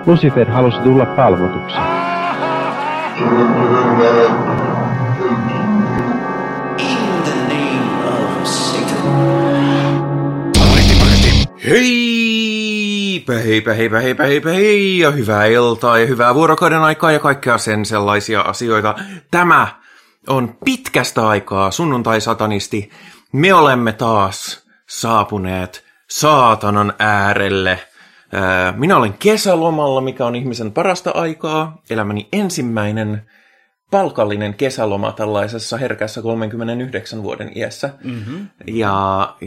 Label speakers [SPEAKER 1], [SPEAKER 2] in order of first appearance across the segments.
[SPEAKER 1] Lucifer halusi tulla palvotuksi.
[SPEAKER 2] Hei ja hyvää iltaa ja hyvää vuorokauden aikaa ja kaikkea sen sellaisia asioita. Tämä on pitkästä aikaa sunnuntai-satanisti. Me olemme taas saapuneet saatanan äärelle. Minä olen kesälomalla, mikä on ihmisen parasta aikaa. Elämäni ensimmäinen palkallinen kesäloma tällaisessa herkässä 39 vuoden iässä. Mm-hmm. Ja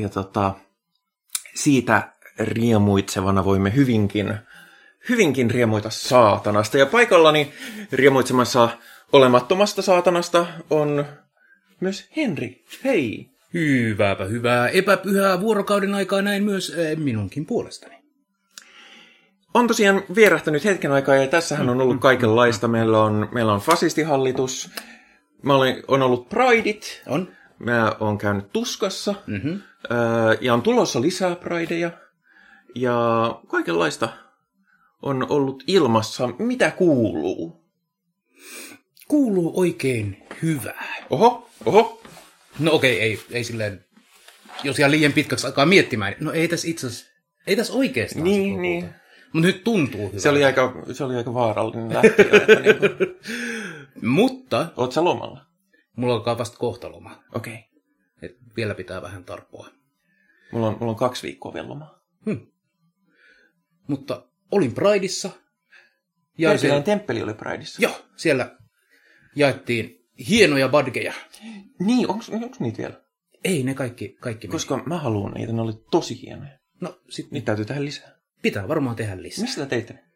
[SPEAKER 2] siitä riemuitsevana voimme hyvinkin riemuita saatanasta. Ja paikallani riemuitsemassa olemattomasta saatanasta on myös Henri. Hei!
[SPEAKER 3] Hyvää epäpyhää vuorokauden aikaa näin myös minunkin puolestani.
[SPEAKER 2] On tosiaan vierähtänyt hetken aikaa ja tässähän on ollut kaikenlaista. Meillä on fasistihallitus, on ollut prideit, mä oon käynyt tuskassa ja on tulossa lisää prideja ja kaikenlaista on ollut ilmassa. Mitä kuuluu?
[SPEAKER 3] Kuuluu oikein hyvää.
[SPEAKER 2] Oho.
[SPEAKER 3] No okei, ei silleen, jos jää liian pitkäksi aikaa miettimään. No ei tässä oikeastaan.
[SPEAKER 2] Niin.
[SPEAKER 3] Mutta nyt tuntuu hyvältä.
[SPEAKER 2] Se oli aika vaarallinen lähtiö.
[SPEAKER 3] Mutta...
[SPEAKER 2] Oot sä lomalla?
[SPEAKER 3] Mulla alkaa vasta kohta loma.
[SPEAKER 2] Okei.
[SPEAKER 3] Vielä pitää vähän tarpoa.
[SPEAKER 2] Mulla on 2 viikkoa vielä lomaa.
[SPEAKER 3] Mutta olin Prideissa.
[SPEAKER 2] Perkeleen temppeli oli Prideissa.
[SPEAKER 3] Joo, siellä jaettiin hienoja badgeja.
[SPEAKER 2] Niin, onko niitä vielä?
[SPEAKER 3] Ei, ne kaikki
[SPEAKER 2] Koska mä haluan niitä, ne oli tosi hienoja.
[SPEAKER 3] No, sit
[SPEAKER 2] niitä täytyy tehdä lisää.
[SPEAKER 3] Pitää varmaan tehdä lisää.
[SPEAKER 2] Mistä teitte ne?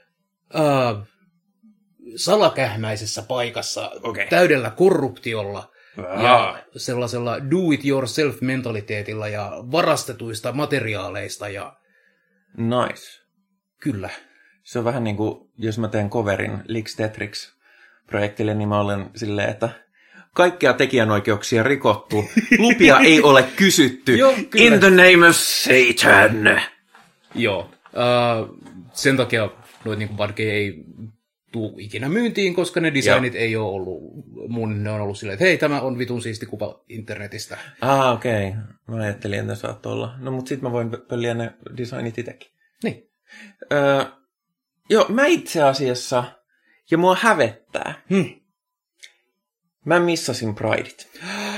[SPEAKER 3] Salakähmäisessä paikassa, täydellä korruptiolla ja sellaisella do-it-yourself-mentaliteetilla ja varastetuista materiaaleista. Ja...
[SPEAKER 2] Nice.
[SPEAKER 3] Kyllä.
[SPEAKER 2] Se on vähän niin kuin, jos mä teen coverin Lix Tetrix-projektille, niin mä olen silleen, että kaikkea tekijänoikeuksia rikottu, lupia ei ole kysytty.
[SPEAKER 3] Joo,
[SPEAKER 2] in the name of Satan!
[SPEAKER 3] Joo. Sen takia noita niin badgeja ei tuu ikinä myyntiin, koska ne designit ei ole ollut mun. Ne on ollut silleen, että hei, tämä on vitun siisti kuva internetistä.
[SPEAKER 2] Okei. Mä ajattelin, että saattoi olla. No, mutta sit mä voin pölliä ne designit itsekin.
[SPEAKER 3] Niin.
[SPEAKER 2] Joo, mä itse asiassa, ja mua hävettää. Mä missasin Prideit.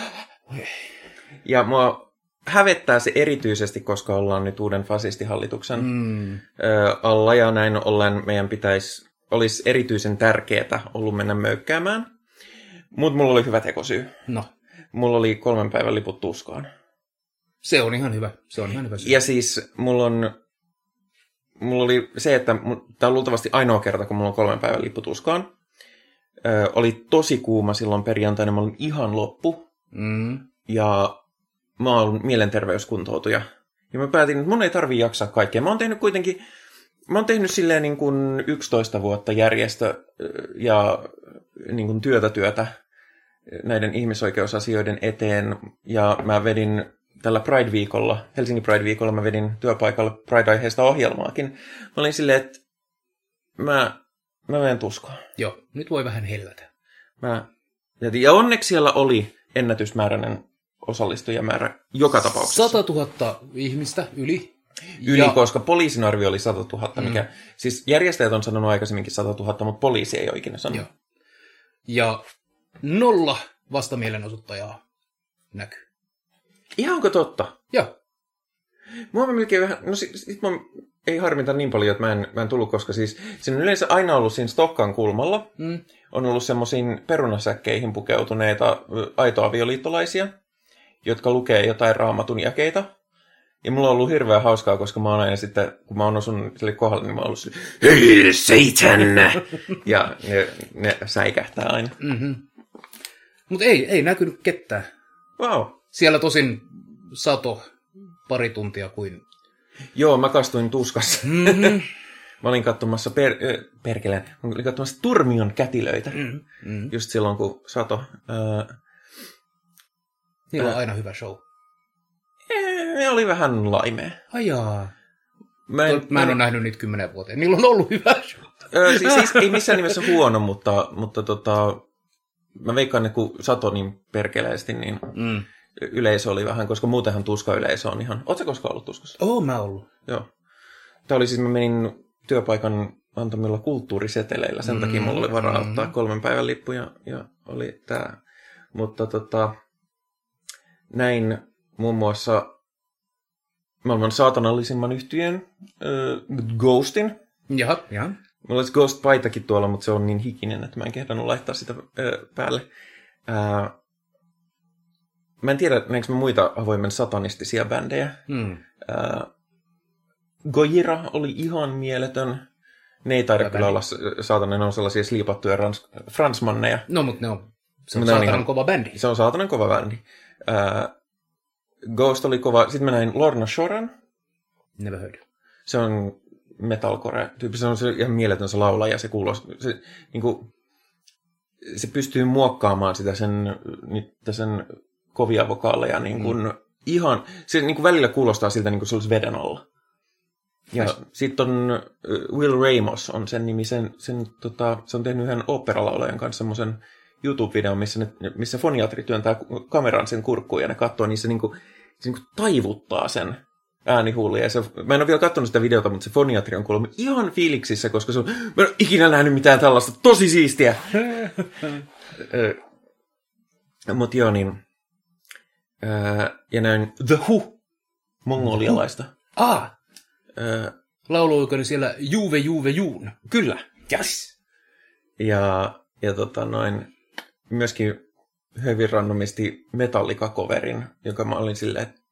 [SPEAKER 2] Ja mua hävettää se erityisesti, koska ollaan nyt uuden fasistihallituksen alla, ja näin ollen meidän olisi erityisen tärkeää ollut mennä möykkäämään. Mutta mulla oli hyvä tekosyy.
[SPEAKER 3] No.
[SPEAKER 2] Mulla oli 3 päivän liput tuskaan.
[SPEAKER 3] Se on ihan hyvä. Syy.
[SPEAKER 2] Ja siis mulla oli se, että tämä on luultavasti ainoa kerta, kun mulla on 3 päivän lippu tuskaan. Oli tosi kuuma silloin perjantaina, mä olin ihan loppu. Ja mä oon mielenterveyskuntoutuja. Ja mä päätin, että mun ei tarvii jaksaa kaikkea. Mä oon tehnyt silleen niin kuin 11 vuotta järjestö- ja niin kuin työtä näiden ihmisoikeusasioiden eteen. Ja mä vedin tällä Pride-viikolla, Helsingin Pride-viikolla mä vedin työpaikalle Pride-aiheesta ohjelmaakin. Mä olin silleen, että mä menen tuskaan.
[SPEAKER 3] Joo, nyt voi vähän hellätä.
[SPEAKER 2] Ja onneksi siellä oli ennätysmääräinen osallistujamäärä joka tapauksessa.
[SPEAKER 3] 100 000 ihmistä yli,
[SPEAKER 2] koska poliisin arvio oli 100 000, mikä... Siis järjestäjät on sanonut aikaisemminkin 100 000, mutta poliisi ei ole ikinä sanonut.
[SPEAKER 3] Joo. Ja 0 vastamielenosoittajaa näkyy.
[SPEAKER 2] Ihanko totta?
[SPEAKER 3] Joo.
[SPEAKER 2] Mua mä melkein vähän... No sit mä ei harmita niin paljon, että mä en tullut, koska siis siinä on yleensä aina ollut siinä Stokkan kulmalla. On ollut semmoisiin perunasäkkeihin pukeutuneita aitoavioliittolaisia, jotka lukee jotain raamatun jakeita. Ja mulla on ollut hirveän hauskaa, koska mä oon aina sitten, kun mä oon osunut sille kohdalle, niin mä oon ollut sille, hei, Satan! Ja ne säikähtää aina.
[SPEAKER 3] Mutta ei näkynyt ketään.
[SPEAKER 2] Wow.
[SPEAKER 3] Siellä tosin sato pari tuntia kuin...
[SPEAKER 2] Joo, mä kastuin tuskassa. Mä olin katsomassa mä olin katsomassa Turmion kätilöitä. Just silloin, kun sato.
[SPEAKER 3] Niillä on aina hyvä show.
[SPEAKER 2] Ne oli vähän laimea.
[SPEAKER 3] Ajaa. Mä en ole nähnyt niitä 10 vuoteen. Niillä on ollut hyvä show.
[SPEAKER 2] Siis ei missään nimessä huono, mutta mä veikkaan, että kun sato niin perkeleesti, niin yleisö oli vähän, koska muutenhan tuska-yleisö on ihan... Ootko koskaan ollut tuskassa?
[SPEAKER 3] Mä ollut.
[SPEAKER 2] Joo. Tämä oli siis, mä menin työpaikan antamilla kulttuuriseteleillä, sen takia mulla oli varaa ottaa 3 päivän lippu ja oli tää. Mutta näin muun muassa maailman saatanallisimman yhtyeen Ghostin.
[SPEAKER 3] Jaha.
[SPEAKER 2] Mulla olisi Ghost-paitakin tuolla, mutta se on niin hikinen, että mä en kehdannut laittaa sitä päälle. Mä en tiedä, näinkö mä muita avoimen satanistisia bändejä. Gojira oli ihan mieletön. Ne ei taida kyllä olla saatanan, ne on sellaisia sliipattuja fransmanneja.
[SPEAKER 3] No, mutta se on saatanan kova bändi.
[SPEAKER 2] Se on saatanan kova bändi. Ghost oli kova. Sitten mä näin Lorna Shoren.
[SPEAKER 3] Never heard.
[SPEAKER 2] Se on metalcore-tyyppi. Se on ihan mieletön se laulaja. Se kuulostaa... Se pystyy muokkaamaan sitä sen kovia vokaaleja niin kuin ihan... Se niin kuin välillä kuulostaa siltä, niin kuin se olisi veden alla. Ja sitten on Will Ramos on sen nimi. Se on tehnyt yhden oopperalaulajan kanssa semmoisen YouTube-videon, missä foniatri työntää kameran sen kurkkuun ja ne katsoo, niin se niinku taivuttaa sen äänihuulia. Mä en ole vielä katsonut sitä videota, mutta se foniatri on kuulemma ihan fiiliksissä, koska mä en ole ikinä nähnyt mitään tällaista. Tosi siistiä! Mutta joo, niin... ja näin The Who, mongolialaista.
[SPEAKER 3] Lauluiko ne siellä Juve Juve Juun?
[SPEAKER 2] Kyllä.
[SPEAKER 3] Yes!
[SPEAKER 2] Ja myöskin hyvin randomisti Metallica-coverin, joka mä olin silleen, että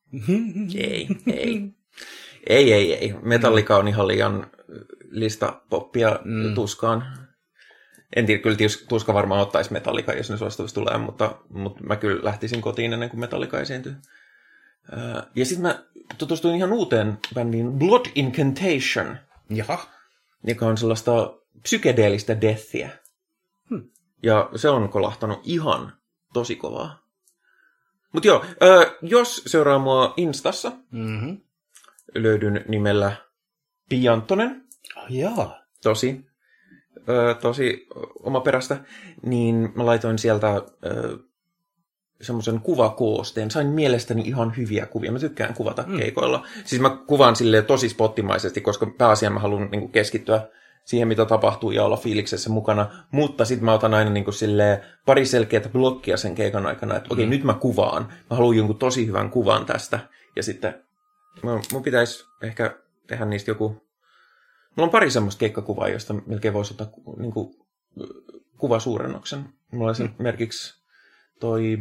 [SPEAKER 2] ei. Metallica on ihan liian listapoppia tuskaan. En tiedä, kyllä tuska varmaan ottaisi Metallica, jos ne suostuisi tulee, mutta mä kyllä lähtisin kotiin ennen kuin Metallica esiintyy. Ja sitten mä tutustuin ihan uuteen bändiin Blood Incantation.
[SPEAKER 3] Jaha.
[SPEAKER 2] Joka on sellaista psykedeellistä deathiä. Ja se on kolahtanut ihan tosi kovaa. Mut joo, jos seuraa mua Instassa, löydyn nimellä Pianttonen.
[SPEAKER 3] Jaa.
[SPEAKER 2] Tosi omaperäistä. Niin mä laitoin sieltä semmoisen kuvakoosteen. Sain mielestäni ihan hyviä kuvia. Mä tykkään kuvata keikoilla. Siis mä kuvaan silleen tosi spottimaisesti, koska pääasiassa mä haluan niinku keskittyä siihen, mitä tapahtuu ja olla fiiliksessä mukana. Mutta sitten mä otan aina niinku silleen pari selkeää blokkia sen keikan aikana, että okei, nyt mä kuvaan. Mä haluan jonkun tosi hyvän kuvan tästä. Ja sitten mun pitäisi ehkä tehdä niistä joku... Mulla on pari semmoista keikkakuvaa, josta melkein voisi ottaa niinku kuvasuurennoksen. Mulla on esimerkiksi toi...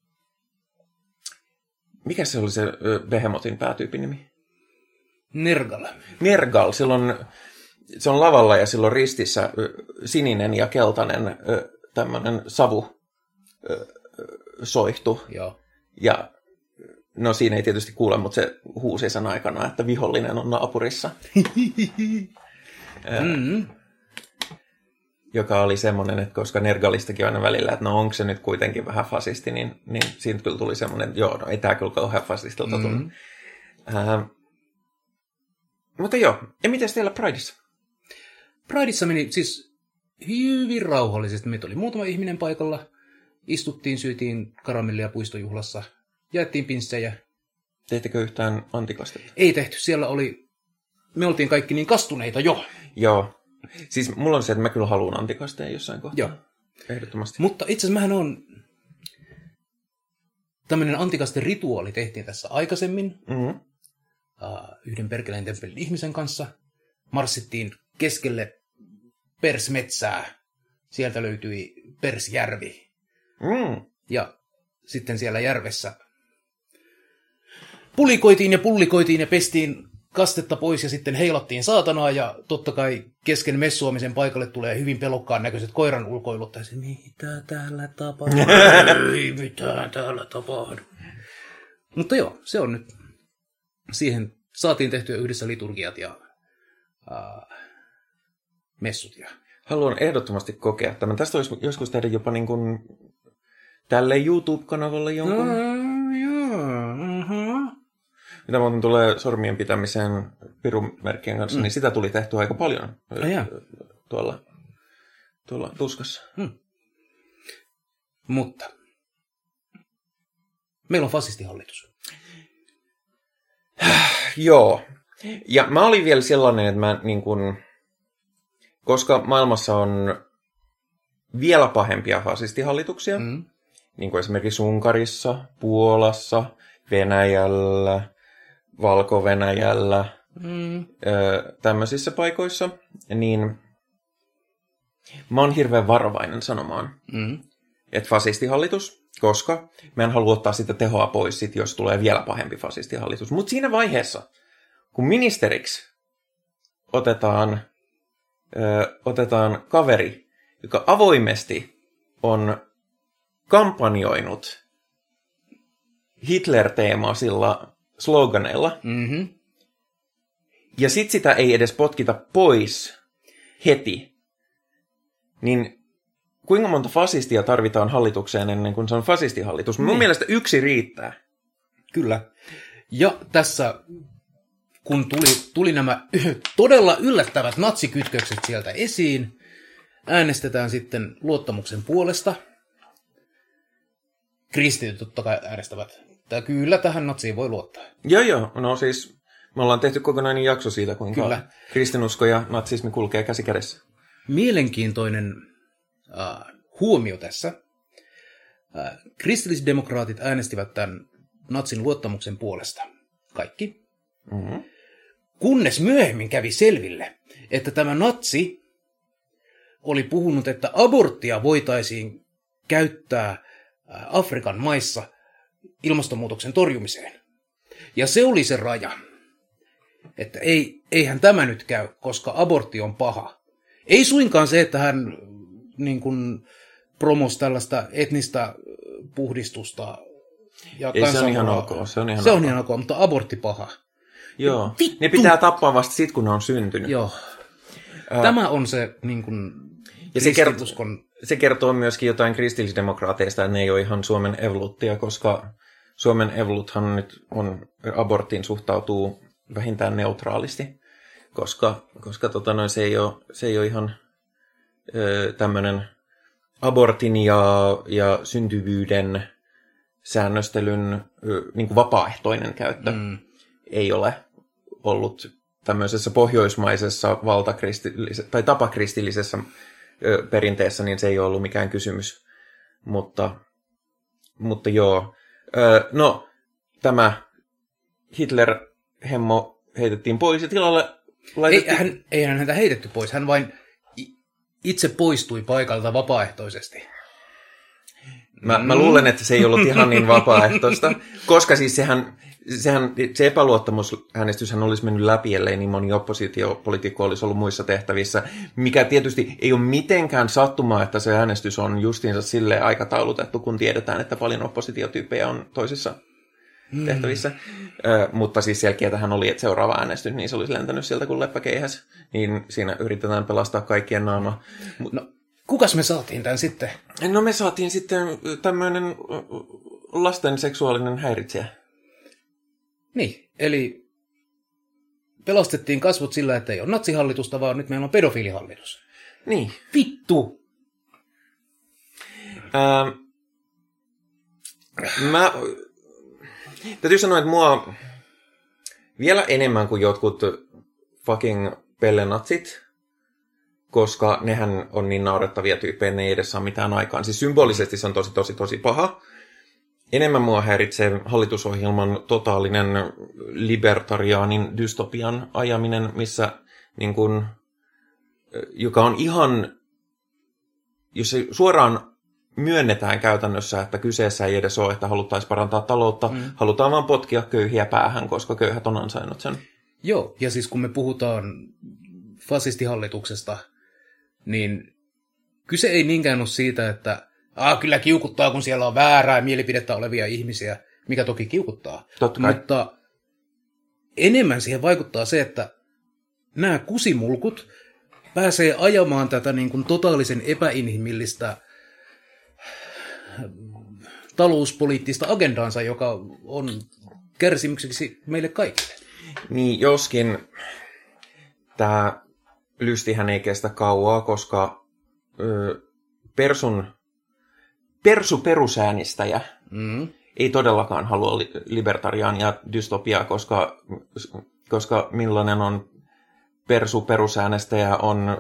[SPEAKER 2] Mikä se oli se Behemotin päätyypin nimi? Nergal. Se on lavalla ja sillä on ristissä sininen ja keltainen tämmöinen savusoihtu.
[SPEAKER 3] Joo.
[SPEAKER 2] Ja no siinä ei tietysti kuule, mutta se huusi sen aikana, että vihollinen on naapurissa. Joka oli semmoinen, että koska Nergalistakin aina välillä, että no onko se nyt kuitenkin vähän fasisti, niin siitä kyllä tuli semmoinen, että joo, no ei tämä kyllä kauhean fasistilta tunnu. Mutta joo, ja miten teillä Prideissa?
[SPEAKER 3] Prideissa meni siis hyvin rauhallisesti. Meitä oli muutama ihminen paikalla. Istuttiin, syytiin karamellia puistojuhlassa. Jaettiin pinssejä.
[SPEAKER 2] Teittekö yhtään antikastetta?
[SPEAKER 3] Ei tehty. Me oltiin kaikki niin kastuneita jo.
[SPEAKER 2] Joo. Siis mulla on se, että mä kyllä haluan antikasteen jossain kohtaa.
[SPEAKER 3] Joo.
[SPEAKER 2] Ehdottomasti.
[SPEAKER 3] Mutta itse asiassa mähän on... Tämmöinen antikasterituaali tehtiin tässä aikaisemmin. Yhden perkeleen temppelin ihmisen kanssa. Marssittiin keskelle persmetsää. Sieltä löytyi persjärvi. Ja sitten siellä järvessä pullikoitiin ja pestiin kastetta pois ja sitten heilattiin saatanaa ja totta kai kesken messuamisen paikalle tulee hyvin pelokkaan näköiset koiran ulkoilut. Ja se, mitä täällä tapahtuu? Ei mitään täällä tapahdu. Mutta joo, se on nyt. Siihen saatiin tehtyä yhdessä liturgiat ja messut. Ja...
[SPEAKER 2] Haluan ehdottomasti kokea tämän. Tästä olisi joskus tehdä jopa niin kuin tälle YouTube-kanavalle jonkun. mitä muuten tulee sormien pitämiseen pirumerkkien kanssa, niin sitä tuli tehtyä aika paljon tuolla tuskassa.
[SPEAKER 3] Mutta meillä on fasistihallitus.
[SPEAKER 2] Joo. Ja mä olin vielä sellainen, että mä niin kun, koska maailmassa on vielä pahempia fasistihallituksia, niin kuin esimerkiksi Unkarissa, Puolassa, Venäjällä, Valko-Venäjällä, tämmöisissä paikoissa, niin mä oon hirveän varovainen sanomaan, että fasistihallitus, koska mä en halua ottaa sitä tehoa pois, sit, jos tulee vielä pahempi fasistihallitus. Mutta siinä vaiheessa, kun ministeriksi otetaan kaveri, joka avoimesti on kampanjoinut Hitler-teemaisilla sloganeilla, ja sit sitä ei edes potkita pois heti, niin kuinka monta fasistia tarvitaan hallitukseen ennen kuin se on fasistihallitus? Mun mielestä yksi riittää.
[SPEAKER 3] Kyllä. Ja tässä, kun tuli nämä todella yllättävät natsikytkökset sieltä esiin, äänestetään sitten luottamuksen puolesta. Kristityt totta kai äänestävät. Kyllä tähän natsiin voi luottaa.
[SPEAKER 2] Joo. No siis me ollaan tehty kokonainen jakso siitä, kuinka kristinusko ja natsismi kulkee käsi kädessä.
[SPEAKER 3] Mielenkiintoinen huomio tässä. Kristillisdemokraatit äänestivät tämän natsin luottamuksen puolesta. Kaikki. Kunnes myöhemmin kävi selville, että tämä natsi oli puhunut, että aborttia voitaisiin käyttää Afrikan maissa ilmastonmuutoksen torjumiseen. Ja se oli se raja, että eihän tämä nyt käy, koska abortti on paha. Ei suinkaan se, että hän niin kuin promosi tällaista etnistä puhdistusta. Ja
[SPEAKER 2] ei, se on ihan ok.
[SPEAKER 3] Se on ihan ok, mutta abortti paha.
[SPEAKER 2] Joo, ne pitää tappaa vasta sit, kun ne on syntynyt.
[SPEAKER 3] Joo. Tämä on se niin kuin,
[SPEAKER 2] ja se kertoo myöskin jotain kristillisdemokraateista, että ne ei ole ihan Suomen evoluttia, koska Suomen evoluthan nyt aborttiin suhtautuu vähintään neutraalisti, koska se ei ole ihan tämmöinen abortin ja syntyvyyden säännöstelyn niin kuin vapaaehtoinen käyttö ei ole ollut tämmöisessä pohjoismaisessa tai tapakristillisessä perinteessä, niin se ei ole ollut mikään kysymys. Mutta joo. No, tämä Hitler-hemmo heitettiin pois ja tilalle laitettiin...
[SPEAKER 3] Eihän häntä heitetty pois, hän vain itse poistui paikalta vapaaehtoisesti.
[SPEAKER 2] Mä luulen, että se ei ollut ihan niin vapaaehtoista, koska siis se epäluottamusäänestyshän olisi mennyt läpi, ellei niin moni oppositiopoliitikko olisi ollut muissa tehtävissä, mikä tietysti ei ole mitenkään sattumaa, että se äänestys on justiinsa silleen aikataulutettu, kun tiedetään, että paljon oppositiotyyppejä on toisissa tehtävissä. Mutta siis selkeätähän oli, että seuraava äänestys, niin se olisi lentänyt sieltä kuin leppäkeihäs. Niin siinä yritetään pelastaa kaikkien naama.
[SPEAKER 3] No, kukas me saatiin tämän sitten?
[SPEAKER 2] No me saatiin sitten tämmöinen lasten seksuaalinen häiritsijä.
[SPEAKER 3] Niin, eli pelastettiin kasvot sillä, että ei ole natsihallitusta, vaan nyt meillä on pedofiilihallitus.
[SPEAKER 2] Niin.
[SPEAKER 3] Vittu!
[SPEAKER 2] Täytyy sanoa, että mua vielä enemmän kuin jotkut fucking pellenatsit, koska nehän on niin naurettavia tyyppejä, ne ei edes saa mitään aikaan. Siis symbolisesti se on tosi paha. Enemmän mua häiritsee hallitusohjelman totaalinen libertariaanin dystopian ajaminen, missä niin kun, joka on ihan, jos se suoraan myönnetään käytännössä, että kyseessä ei edes ole, että haluttaisiin parantaa taloutta, halutaan vaan potkia köyhiä päähän, koska köyhät on ansainnut sen.
[SPEAKER 3] Joo, ja siis kun me puhutaan fasistihallituksesta, niin kyse ei niinkään ole siitä, että kyllä kiukuttaa, kun siellä on väärää mielipidettä olevia ihmisiä, mikä toki kiukuttaa. Mutta enemmän siihen vaikuttaa se, että nämä kusimulkut pääsee ajamaan tätä niin kuin totaalisen epäinhimillistä talouspoliittista agendaansa, joka on kärsimykseksi meille kaikille.
[SPEAKER 2] Niin, joskin tämä lystihän ei kestä kauaa, koska perusäänistäjä ei todellakaan halua libertariaania dystopiaa, koska millainen on perusäänestäjä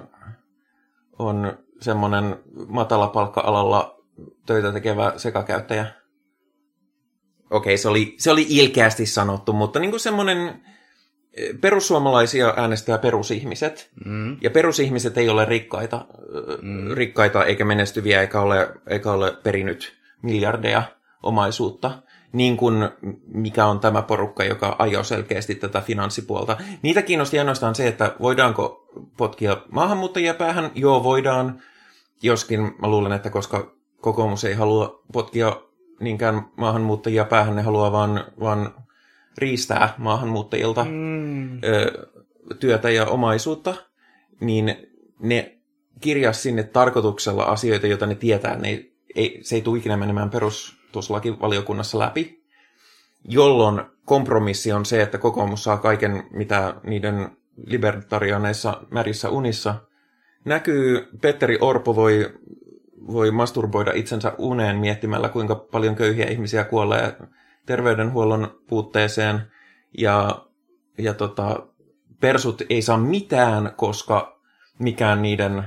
[SPEAKER 2] on semmoinen matalapalkka-alalla töitä tekevä sekakäyttäjä. Okei, se oli ilkeästi sanottu, mutta niin kuin semmoinen perussuomalaisia äänestää perusihmiset. Ja perusihmiset ei ole rikkaita eikä menestyviä, eikä ole perinyt miljardeja omaisuutta. Niin kuin mikä on tämä porukka, joka ajoi selkeästi tätä finanssipuolta. Niitä kiinnosti ainoastaan se, että voidaanko potkia maahanmuuttajia päähän. Joo, voidaan. Joskin mä luulen, että koska kokoomus ei halua potkia niinkään maahanmuuttajia päähän, ne haluaa vaan riistää maahanmuuttajilta työtä ja omaisuutta, niin ne kirjasi sinne tarkoituksella asioita, joita ne tietää, se ei tule ikinä menemään perustuslakivaliokunnassa läpi, jolloin kompromissi on se, että kokoomus saa kaiken, mitä niiden libertarianeissa märissä unissa näkyy. Petteri Orpo voi masturboida itsensä uneen miettimällä, kuinka paljon köyhiä ihmisiä kuolee terveydenhuollon puutteeseen. Ja persut ei saa mitään, koska mikään niiden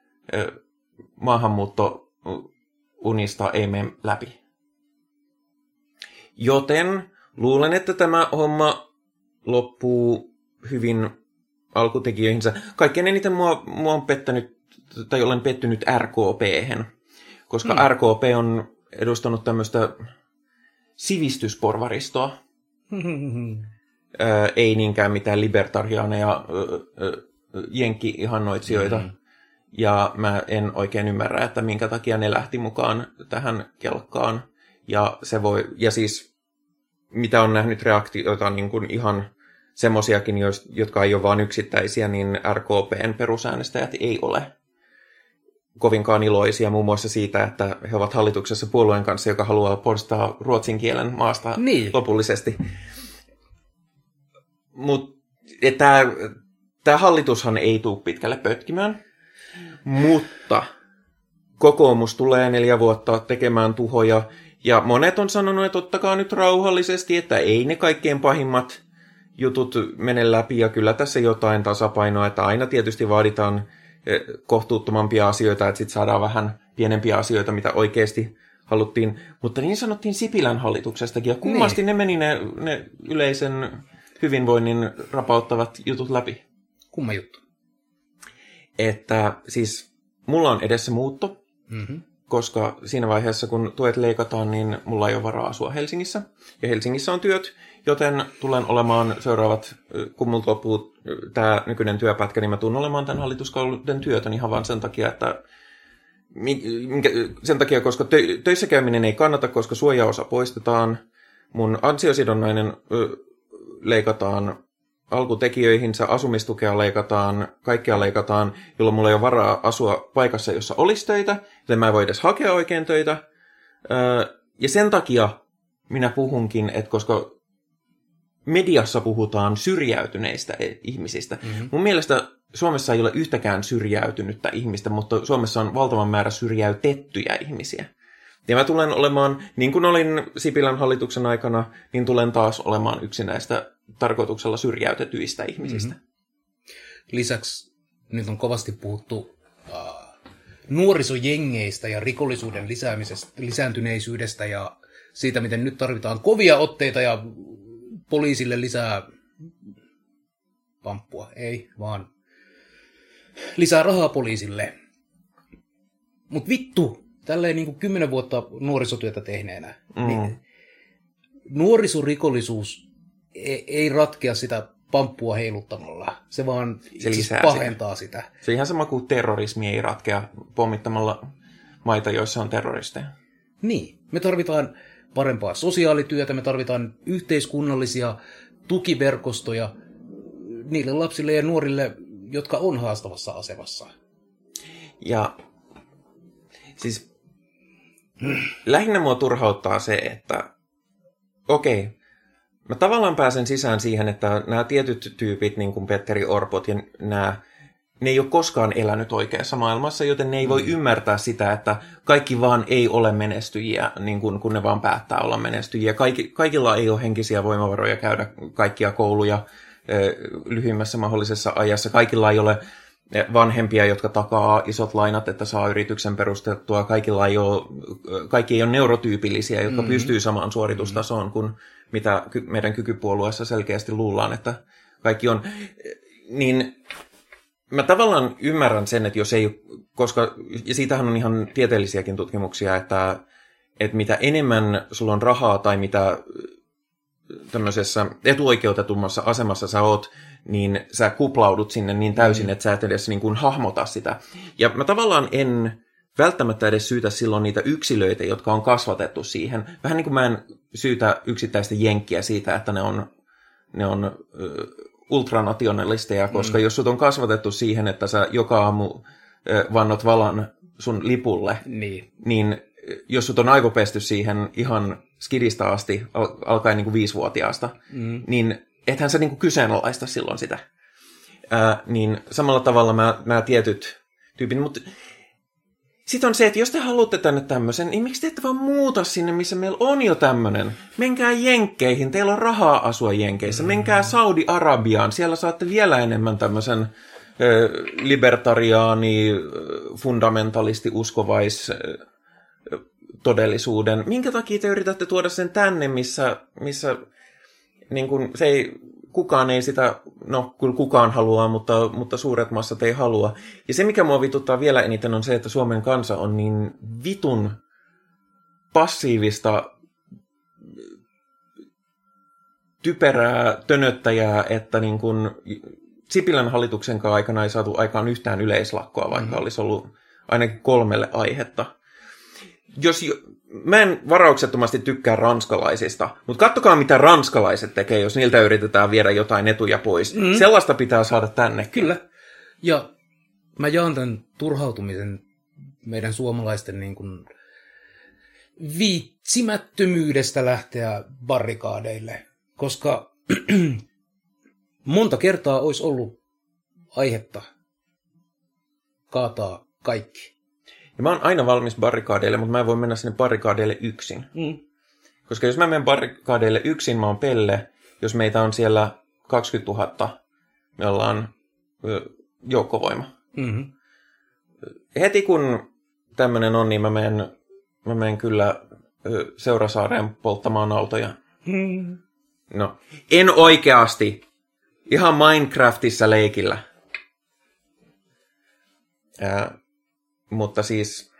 [SPEAKER 2] maahanmuuttounista ei mene läpi. Joten luulen, että tämä homma loppuu hyvin alkutekijöihinsä. Kaikkein eniten mua on pettänyt, tai olen pettynyt RKP:hen, koska RKP on edustanut tämmöistä sivistysporvaristoa. Ei niinkään mitään libertariaaneja, jenkki-ihannoitsijoita. Ja mä en oikein ymmärrä, että minkä takia ne lähti mukaan tähän kelkkaan. Ja siis, mitä on nähnyt reaktioita niin kuin ihan semmosiakin, jotka ei ole vain yksittäisiä, niin RKPn perusäänestäjät ei ole kovinkaan iloisia muun muassa siitä, että he ovat hallituksessa puolueen kanssa, joka haluaa poistaa ruotsin kielen maasta lopullisesti. Mutta tämä hallitushan ei tule pitkälle pötkimään, mutta kokoomus tulee 4 vuotta tekemään tuhoja, ja monet on sanonut, että ottakaa nyt rauhallisesti, että ei ne kaikkein pahimmat jutut mene läpi, ja kyllä tässä jotain tasapainoa, että aina tietysti vaaditaan kohtuuttomampia asioita, että sitten saadaan vähän pienempiä asioita, mitä oikeasti haluttiin. Mutta niin sanottiin Sipilän hallituksestakin, ja kummasti ne meni ne yleisen hyvinvoinnin rapauttavat jutut läpi.
[SPEAKER 3] Kumma juttu?
[SPEAKER 2] Että siis mulla on edessä muutto, koska siinä vaiheessa, kun tuet leikataan, niin mulla ei ole varaa asua Helsingissä. Ja Helsingissä on työt, joten tulen olemaan seuraavat, kun multa loppuu tämä nykyinen työpätkä, niin mä tulen olemaan tämän hallituskauden työtön ihan vaan sen takia, että koska töissä käyminen ei kannata, koska suojaosa poistetaan, mun ansiosidonnainen leikataan alkutekijöihinsä, asumistukea leikataan, kaikkea leikataan, jolloin mulla ei ole varaa asua paikassa, jossa olisi töitä, joten mä en voi edes hakea oikein töitä. Ja sen takia minä puhunkin, että koska mediassa puhutaan syrjäytyneistä ihmisistä. Mun mielestä Suomessa ei ole yhtäkään syrjäytynyttä ihmistä, mutta Suomessa on valtavan määrä syrjäytettyjä ihmisiä. Ja mä tulen olemaan, niin kuin olin Sipilän hallituksen aikana, niin tulen taas olemaan yksi näistä tarkoituksella syrjäytetyistä ihmisistä.
[SPEAKER 3] Lisäksi nyt on kovasti puhuttu nuorisojengeistä ja rikollisuuden lisääntyneisyydestä ja siitä, miten nyt tarvitaan kovia otteita ja poliisille lisää pamppua. Ei, vaan lisää rahaa poliisille. Mut vittu, tälleen niin kuin 10 vuotta nuorisotyötä tehneenä. Niin nuorisorikollisuus ei ratkea sitä pamppua heiluttamalla. Se vaan pahentaa sitä.
[SPEAKER 2] Se on ihan sama kuin terrorismi ei ratkea pommittamalla maita, joissa on terroristeja.
[SPEAKER 3] Niin, me tarvitaan parempaa sosiaalityötä, me tarvitaan yhteiskunnallisia tukiverkostoja niille lapsille ja nuorille, jotka on haastavassa asemassa.
[SPEAKER 2] Ja siis lähinnä mua turhauttaa se, että okei, mä tavallaan pääsen sisään siihen, että nämä tietyt tyypit, niin kuin Petteri Orpot ja ne ei ole koskaan elänyt oikeassa maailmassa, joten ne ei voi ymmärtää sitä, että kaikki vaan ei ole menestyjiä, niin kun ne vaan päättää olla menestyjiä. Kaikilla ei ole henkisiä voimavaroja käydä kaikkia kouluja lyhyimmässä mahdollisessa ajassa. Kaikilla ei ole vanhempia, jotka takaa isot lainat, että saa yrityksen perustettua. Kaikki ei ole neurotyypillisiä, jotka pystyy samaan suoritustasoon kuin mitä meidän kykypuolueessa selkeästi luullaan, että kaikki on. Niin mä tavallaan ymmärrän sen, että jos ei, koska siitähän on ihan tieteellisiäkin tutkimuksia, että mitä enemmän sulla on rahaa tai mitä tämmöisessä etuoikeutetummassa asemassa sä oot, niin sä kuplaudut sinne niin täysin, että sä et edes niin kuin hahmota sitä. Ja mä tavallaan en välttämättä edes syytä silloin niitä yksilöitä, jotka on kasvatettu siihen. Vähän niin kuin mä en syytä yksittäistä jenkkiä siitä, että ne on ultranationalisteja, koska jos sut on kasvatettu siihen, että sä joka aamu vannot valan sun lipulle, niin jos sut on aivopesty siihen ihan skidista asti, alkaen niin kuin 5-vuotiaasta, niin ethän sä niin kuin kyseenalaista silloin sitä. Niin samalla tavalla nämä tietyt tyypit, mutta sitten on se, että jos te haluatte tänne tämmöisen, niin miksi te ette vaan muuta sinne, missä meillä on jo tämmöinen? Menkää Jenkkeihin, teillä on rahaa asua Jenkeissä. Menkää Saudi-Arabiaan, siellä saatte vielä enemmän tämmöisen libertariaani, fundamentalisti, uskovais todellisuuden. Minkä takia te yritätte tuoda sen tänne, missä niin kun kukaan ei sitä, no kyllä kukaan haluaa, mutta suuret massat ei halua. Ja se, mikä mua vituttaa vielä eniten, on se, että Suomen kansa on niin vitun passiivista, typerää tönöttäjää, että niin kun Sipilän hallituksen aikana ei saatu aikaan yhtään yleislakkoa, vaikka olisi ollut ainakin 3 aihetta. Mä en varauksettomasti tykkää ranskalaisista, mutta katsokaa mitä ranskalaiset tekee, jos niiltä yritetään viedä jotain etuja pois. Sellaista pitää saada tänne.
[SPEAKER 3] Kyllä. Ja mä jaan tämän turhautumisen meidän suomalaisten niin kuin viitsimättömyydestä lähteä barrikaadeille, koska monta kertaa olisi ollut aihetta kaataa kaikki.
[SPEAKER 2] Ja mä oon aina valmis barrikaadeille, mutta mä en voi mennä sinne barrikaadeille yksin. Koska jos mä menen barrikaadeille yksin, mä oon pelle. Jos meitä on siellä 20 000, me ollaan joukkovoima. Heti kun tämmönen on, niin mä menen kyllä Seurasaareen polttamaan autoja. No, en oikeasti. Ihan Minecraftissa leikillä. Mutta siis,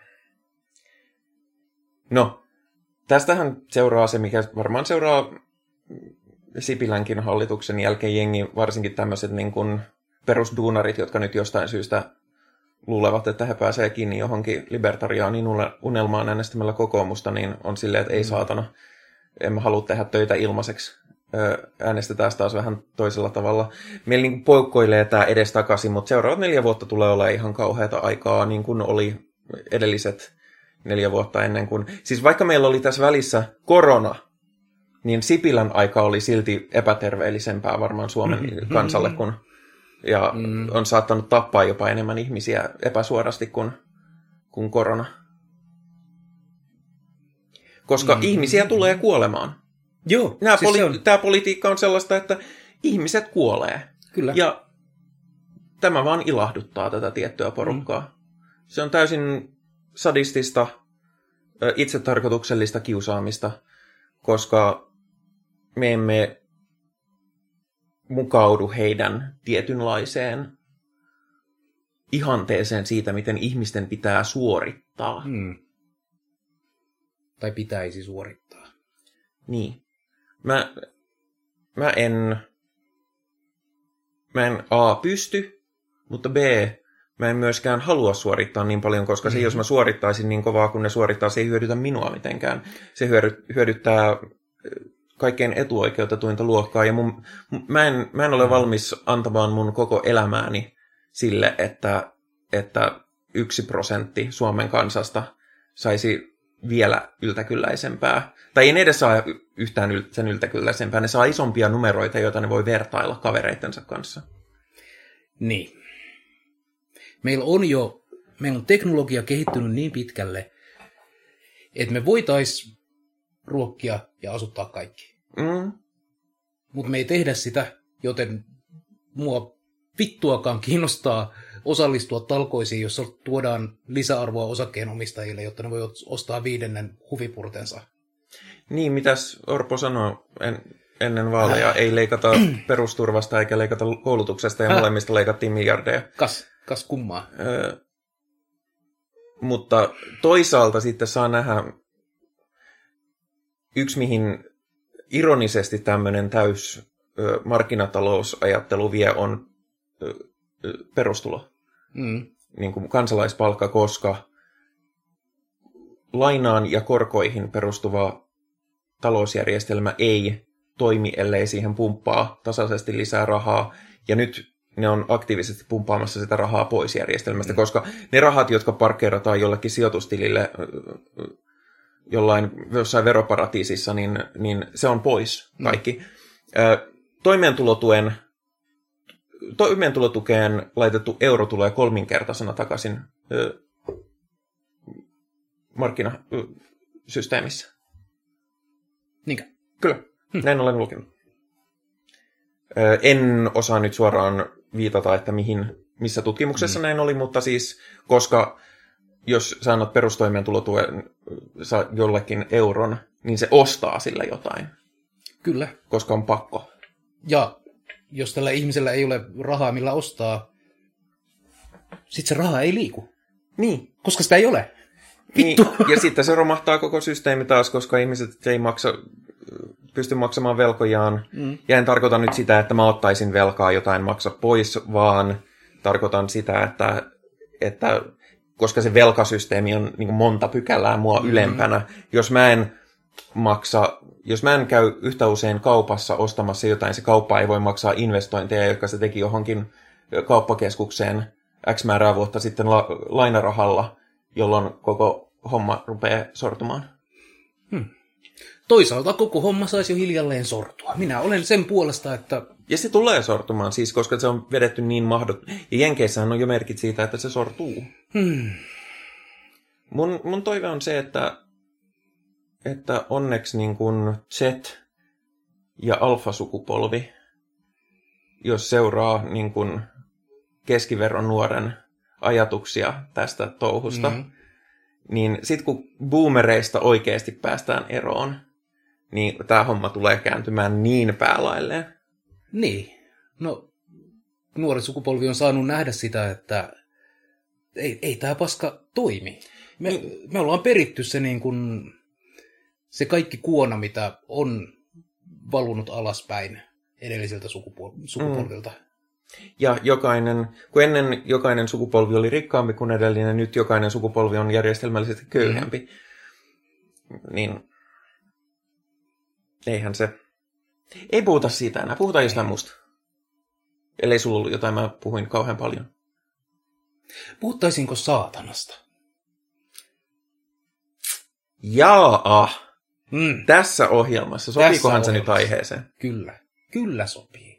[SPEAKER 2] no, tästähän seuraa se, mikä varmaan seuraa Sipilänkin hallituksen jälkeen jengi, varsinkin tämmöiset niin kuin perusduunarit, jotka nyt jostain syystä luulevat, että he pääsee kiinni johonkin libertariaaniin unelmaan äänestämällä kokoomusta, niin on silleen, että ei saatana, en mä halua tehdä töitä ilmaiseksi. Äänestetään taas vähän toisella tavalla. Meillä niin poukkoilee tämä edestakaisin, mutta seuraavat 4 vuotta tulee olla ihan kauheata aikaa, niin kuin oli edelliset 4 vuotta ennen kuin. Siis vaikka meillä oli tässä välissä korona, niin Sipilän aika oli silti epäterveellisempää varmaan Suomen kansalle, ja on saattanut tappaa jopa enemmän ihmisiä epäsuorasti kuin korona. Koska ihmisiä tulee kuolemaan.
[SPEAKER 3] Joo,
[SPEAKER 2] tämä politiikka on sellaista, että ihmiset kuolee.
[SPEAKER 3] Kyllä.
[SPEAKER 2] Ja tämä vaan ilahduttaa tätä tiettyä porukkaa. Se on täysin sadistista, itsetarkoituksellista kiusaamista, koska me emme mukaudu heidän tietynlaiseen ihanteeseen siitä, miten ihmisten pitää suorittaa.
[SPEAKER 3] Tai pitäisi suorittaa.
[SPEAKER 2] Niin. Mä en A pysty, mutta B mä en myöskään halua suorittaa niin paljon, koska se, jos mä suorittaisin niin kovaa kuin ne suorittaa, se ei hyödytä minua mitenkään. Se hyödyttää kaikkein etuoikeutetuinta luokkaa, ja mä en ole valmis antamaan mun koko elämääni sille, että 1% Suomen kansasta saisi vielä yltäkylläisempää. Tai ei ne edes saa yhtään sen yltäkylläisempää. Ne saa isompia numeroita, joita ne voi vertailla kavereittensa kanssa.
[SPEAKER 3] Niin. Meillä on teknologia kehittynyt niin pitkälle, että me voitaisiin ruokkia ja asuttaa kaikki. Mutta me ei tehdä sitä, joten mua vittuakaan kiinnostaa osallistua talkoisiin, jossa tuodaan lisäarvoa osakkeenomistajille, jotta ne voi ostaa 5. huvipurtensa.
[SPEAKER 2] Niin, mitäs Orpo sanoi ennen vaaleja? Ei leikata perusturvasta eikä leikata koulutuksesta ja molemmista leikattiin miljardeja.
[SPEAKER 3] Kas kummaa.
[SPEAKER 2] Mutta toisaalta sitten saa nähdä yksi, mihin ironisesti tämmöinen täys markkinatalousajattelu vie, on perustulo. Niin kuin kansalaispalkka, koska lainaan ja korkoihin perustuva talousjärjestelmä ei toimi, ellei siihen pumppaa tasaisesti lisää rahaa. Ja nyt ne on aktiivisesti pumppaamassa sitä rahaa pois järjestelmästä, koska ne rahat, jotka parkkeerataan jollekin sijoitustilille jossain veroparatiisissa, niin se on pois kaikki. Toimeentulotukeen laitettu euro tulee 3-kertaisena takaisin markkinasysteemissä.
[SPEAKER 3] Niinkö?
[SPEAKER 2] Kyllä, näin olen lukenut. En osaa nyt suoraan viitata, että missä tutkimuksessa näin oli, mutta siis, koska jos sä annat perustoimeentulotuen jollekin euron, niin se ostaa sillä jotain.
[SPEAKER 3] Kyllä.
[SPEAKER 2] Koska on pakko.
[SPEAKER 3] Ja jos tällä ihmisellä ei ole rahaa, millä ostaa, sit se raha ei liiku.
[SPEAKER 2] Niin.
[SPEAKER 3] Koska sitä ei ole.
[SPEAKER 2] Vittu. Niin. Ja sitten se romahtaa koko systeemi taas, koska ihmiset ei pysty maksamaan velkojaan. Ja en tarkoita nyt sitä, että mä ottaisin velkaa jotain maksa pois, vaan tarkoitan sitä, että koska se velkasysteemi on niin kuin monta pykälää mua ylempänä, jos mä en käy yhtä usein kaupassa ostamassa jotain, se kauppa ei voi maksaa investointeja, jotka se teki johonkin kauppakeskukseen X määrää vuotta sitten lainarahalla, jolloin koko homma rupeaa sortumaan.
[SPEAKER 3] Toisaalta koko homma saisi jo hiljalleen sortua. Minä olen sen puolesta, että...
[SPEAKER 2] Ja se tulee sortumaan siis, koska se on vedetty niin mahdottomasti. Ja Jenkeissähän on jo merkit siitä, että se sortuu. Mun toive on se, että onneksi niin kuin Z- ja alfasukupolvi, jos seuraa niin kuin keskiverron nuoren ajatuksia tästä touhusta, niin sitten kun boomereista oikeasti päästään eroon, niin tämä homma tulee kääntymään niin päälailleen.
[SPEAKER 3] Niin. No, nuori sukupolvi on saanut nähdä sitä, että ei tämä paska toimi. Me ollaan peritty se, niin kuin, se kaikki kuona, mitä on valunut alaspäin edellisiltä sukupolvilta.
[SPEAKER 2] Ja kun ennen jokainen sukupolvi oli rikkaampi kuin edellinen, nyt jokainen sukupolvi on järjestelmällisesti köyhempi. Niin eihän se... Ei puhuta siitä enää, puhutaan jostain muusta. Ellei sulla ollut jotain, mä puhuin kauhean paljon.
[SPEAKER 3] Puhuttaisinko saatanasta?
[SPEAKER 2] Jaa! Tässä ohjelmassa. Sopiikohan se nyt aiheeseen?
[SPEAKER 3] Kyllä sopii.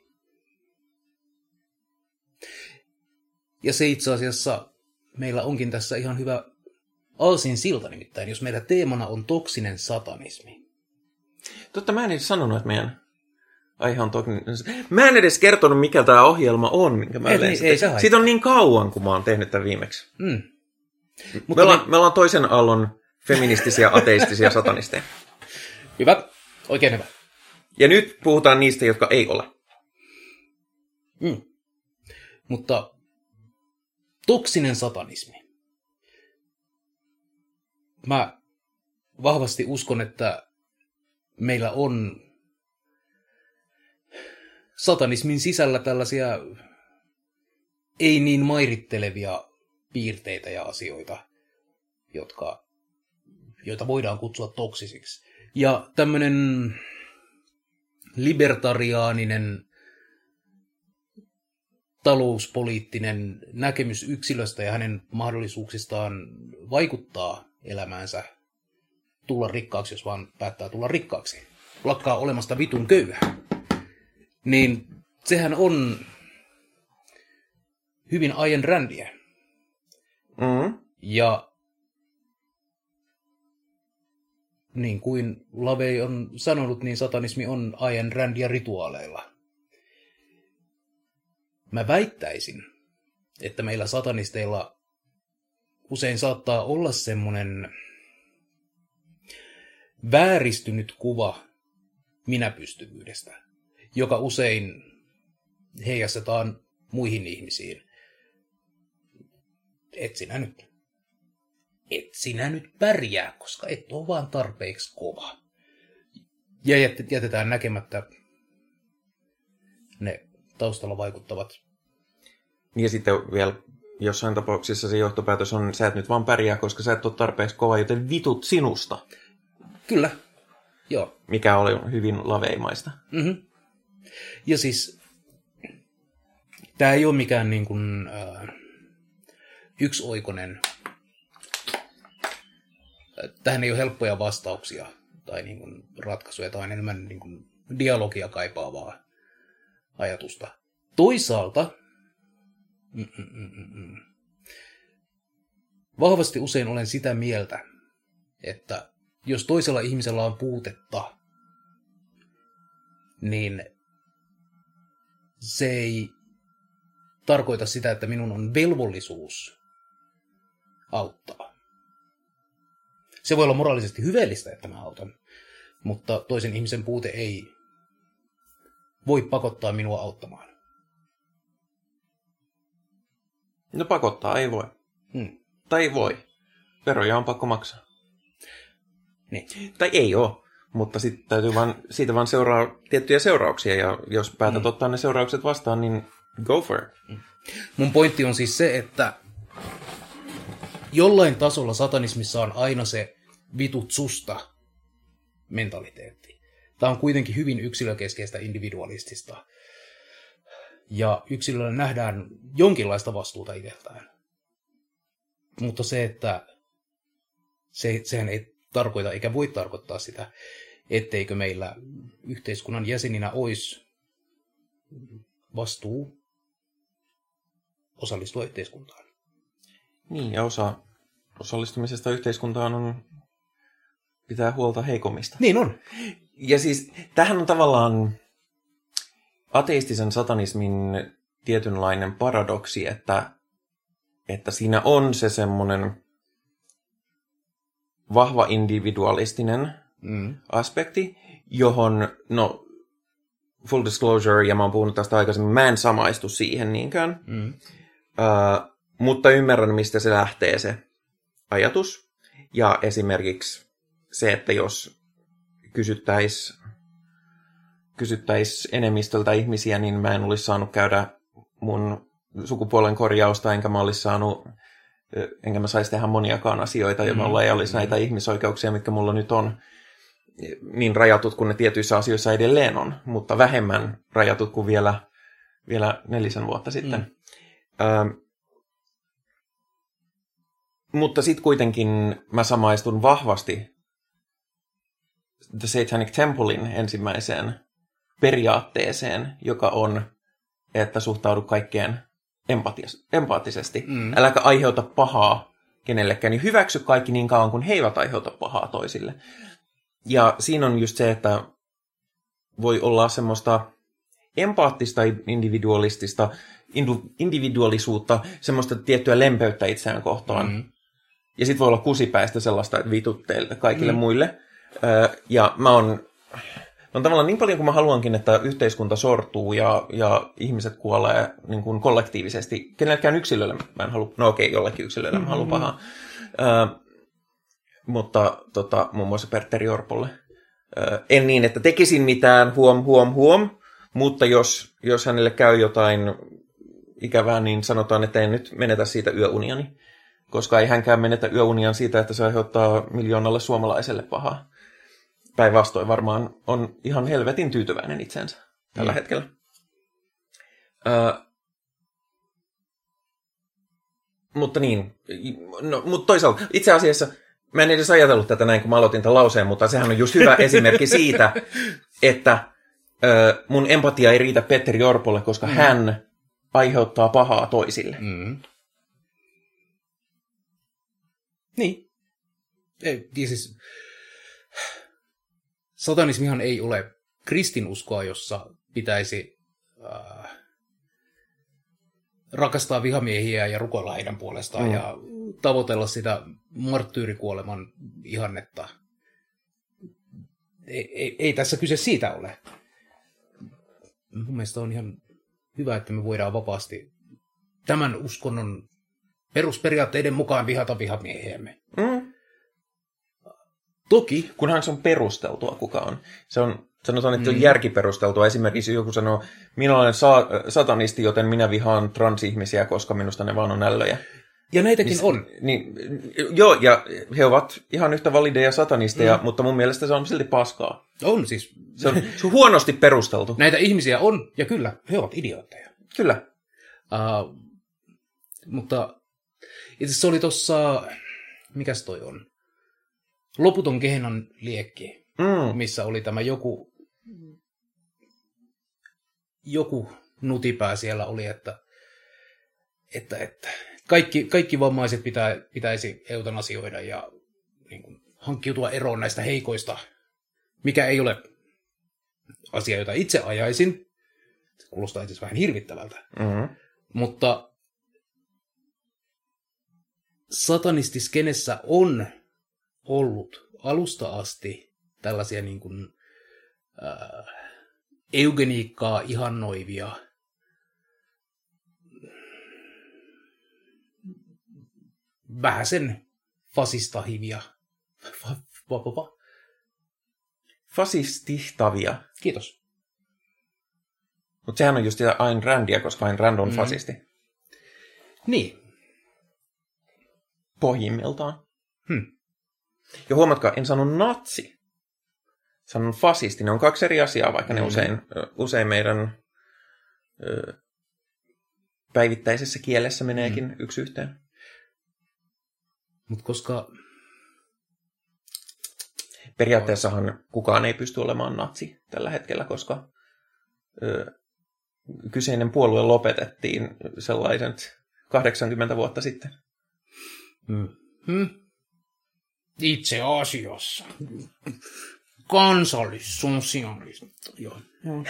[SPEAKER 3] Ja se itse asiassa meillä onkin tässä ihan hyvä aasinsilta nimittäin, jos meidän teemana on toksinen satanismi.
[SPEAKER 2] Totta, mä en edes sanonut, että meidän aihe on toksinen. Mä en edes kertonut, mikä tämä ohjelma on, minkä mä yleensä. Siitä on niin kauan, kun mä oon tehnyt tämän viimeksi. Me ollaan toisen aallon feministisiä, ateistisia satanisteja.
[SPEAKER 3] Hyvä, oikein hyvä.
[SPEAKER 2] Ja nyt puhutaan niistä, jotka ei ole.
[SPEAKER 3] Mutta toksinen satanismi. Mä vahvasti uskon, että meillä on satanismin sisällä tällaisia ei niin mairittelevia piirteitä ja asioita, joita voidaan kutsua toksisiksi. Ja tämmöinen libertariaaninen talouspoliittinen näkemys yksilöstä ja hänen mahdollisuuksistaan vaikuttaa elämäänsä tulla rikkaaksi, jos vaan päättää tulla rikkaaksi. Lakkaa olemasta vitun köyhä. Niin sehän on hyvin Ayn Randia. Ja niin kuin LaVey on sanonut, niin satanismi on Ayn Randia rituaaleilla. Mä väittäisin, että meillä satanisteilla usein saattaa olla semmoinen vääristynyt kuva minäpystyvyydestä, joka usein heijastetaan muihin ihmisiin. Et sinä nyt pärjää, koska et ole vaan tarpeeksi kova. Ja jätetään näkemättä ne taustalla vaikuttavat.
[SPEAKER 2] Ja sitten vielä jossain tapauksessa se johtopäätös on, sä et nyt vaan pärjää, koska sä et ole tarpeeksi kova, joten vitut sinusta.
[SPEAKER 3] Kyllä, joo.
[SPEAKER 2] Mikä oli hyvin laveimaista.
[SPEAKER 3] Mm-hmm. Ja siis, tää ei ole mikään niin kuin, yksioikoinen. Tähän ei ole helppoja vastauksia tai niin kuin ratkaisuja, tai enemmän niin kuin dialogia kaipaavaa ajatusta. Toisaalta vahvasti usein olen sitä mieltä, että jos toisella ihmisellä on puutetta, niin se ei tarkoita sitä, että minun on velvollisuus auttaa. Se voi olla moraalisesti hyveellistä, että mä autan, mutta toisen ihmisen puute ei voi pakottaa minua auttamaan.
[SPEAKER 2] No pakottaa ei voi. Tai ei voi. Veroja on pakko maksaa.
[SPEAKER 3] Niin.
[SPEAKER 2] Tai ei ole, mutta sitten täytyy siitä vaan seuraa tiettyjä seurauksia, ja jos päätät ottaa ne seuraukset vastaan, niin go for it.
[SPEAKER 3] Mun pointti on siis se, että jollain tasolla satanismissa on aina se vitut susta mentaliteetti. Tämä on kuitenkin hyvin yksilökeskeistä, individualistista. Ja yksilöllä nähdään jonkinlaista vastuuta itseltään. Mutta se, että sehän ei tarkoita eikä voi tarkoittaa sitä, etteikö meillä yhteiskunnan jäseninä olisi vastuu osallistua yhteiskuntaan.
[SPEAKER 2] Niin, ja osa osallistumisesta yhteiskuntaan on pitää huolta heikommista.
[SPEAKER 3] Niin on.
[SPEAKER 2] Ja siis tämähän on tavallaan ateistisen satanismin tietynlainen paradoksi, että siinä on se semmoinen vahva individualistinen aspekti, johon, no, full disclosure, ja mä oon puhunut tästä aikaisemmin, mä en samaistu siihen niinkään, mutta ymmärrän, mistä se lähtee se ajatus. Ja esimerkiksi se, että jos kysyttäis enemmistöltä ihmisiä, niin mä en olisi saanut käydä mun sukupuolen korjausta, enkä mä saisi tehdä moniakaan asioita, ja mulla ei olisi näitä ihmisoikeuksia, mitkä mulla nyt on, niin rajatut kuin ne tietyissä asioissa edelleen on, mutta vähemmän rajatut kuin vielä 4 vuotta sitten. Mutta sitten kuitenkin mä samaistun vahvasti The Satanic Templein ensimmäiseen periaatteeseen, joka on, että suhtaudu kaikkeen empaattisesti. Äläkä aiheuta pahaa kenellekään, niin hyväksy kaikki niin kauan, kun he eivät aiheuta pahaa toisille. Ja siinä on just se, että voi olla semmoista empaattista, individualistista, individuaalisuutta, semmoista tiettyä lempeyttä itseään kohtaan. Ja sitten voi olla kusipäistä sellaista, että vitut teille kaikille muille. Ja mä oon tavallaan niin paljon kuin mä haluankin, että yhteiskunta sortuu ja ihmiset kuolee niin kuin kollektiivisesti. Kenellekään yksilölle mä en halua, no okei, jollekin yksilölle mä haluan pahaa. Mutta muun muassa Petteri Orpolle. En niin, että tekisin mitään, huom, mutta jos hänelle käy jotain ikävää, niin sanotaan, että en nyt menetä siitä yöuniani. Koska ei hänkään menetä yöunian siitä, että se aiheuttaa 1 miljoonalle suomalaiselle pahaa. Päinvastoin varmaan on ihan helvetin tyytyväinen itsensä tällä hetkellä. Mutta niin, no, mutta toisaalta itse asiassa Mä en edes ajatellut tätä näin, kun mä aloitin tämän lauseen, mutta sehän on just hyvä esimerkki siitä, että mun empatia ei riitä Petteri Orpolle, koska hän aiheuttaa pahaa toisille.
[SPEAKER 3] Niin. Siis, satanismihan ei ole kristinuskoa, jossa pitäisi rakastaa vihamiehiä ja rukoilla heidän puolestaan ja tavoitella sitä marttyyrikuoleman ihannetta. Ei tässä kyse siitä ole. Mun mielestä on ihan hyvä, että me voidaan vapaasti tämän uskonnon perusperiaatteiden mukaan vihata vihamiehiämme. Toki.
[SPEAKER 2] Kunhan se on perusteltua, kuka on. Se on, sanotaan, että on järkiperusteltua. Esimerkiksi joku sanoo, minä olen satanisti, joten minä vihaan transihmisiä, koska minusta ne vaan on ällöjä.
[SPEAKER 3] Ja näitäkin on.
[SPEAKER 2] Joo, ja he ovat ihan yhtä valideja satanisteja, mutta mun mielestä se on silti paskaa.
[SPEAKER 3] On siis.
[SPEAKER 2] Se on huonosti perusteltu.
[SPEAKER 3] Näitä ihmisiä on, ja kyllä, he ovat idiootteja.
[SPEAKER 2] Kyllä.
[SPEAKER 3] Mutta itse se oli tossa, mikäs toi on? Loputon Gehennan liekki, missä oli tämä joku nutipää siellä oli, että kaikki vammaiset pitäisi eutanasioida ja niin kuin, hankkiutua eroon näistä heikoista, mikä ei ole asia, jota itse ajaisin. Se kuulostaa itse vähän hirvittävältä. Mutta satanistiskenessä on ollut alusta asti tällaisia niin kuin, eugeniikkaa ihannoivia vähäsen fasistahivia.
[SPEAKER 2] Fasistihtavia.
[SPEAKER 3] Kiitos.
[SPEAKER 2] Mutta sehän on just Ayn Randia, koska Ayn Rand on fasisti.
[SPEAKER 3] Niin.
[SPEAKER 2] Pohjimmiltaan. Ja huomatkaa, en sano natsi. Sanon fasisti. Ne on kaksi eri asiaa, vaikka ne usein meidän päivittäisessä kielessä meneekin yksi yhteen.
[SPEAKER 3] Mutta koska
[SPEAKER 2] periaatteessahan kukaan ei pysty olemaan natsi tällä hetkellä, koska kyseinen puolue lopetettiin sellaiset 80 vuotta sitten.
[SPEAKER 3] Itse asiassa. Kansallissosialismi. Joo.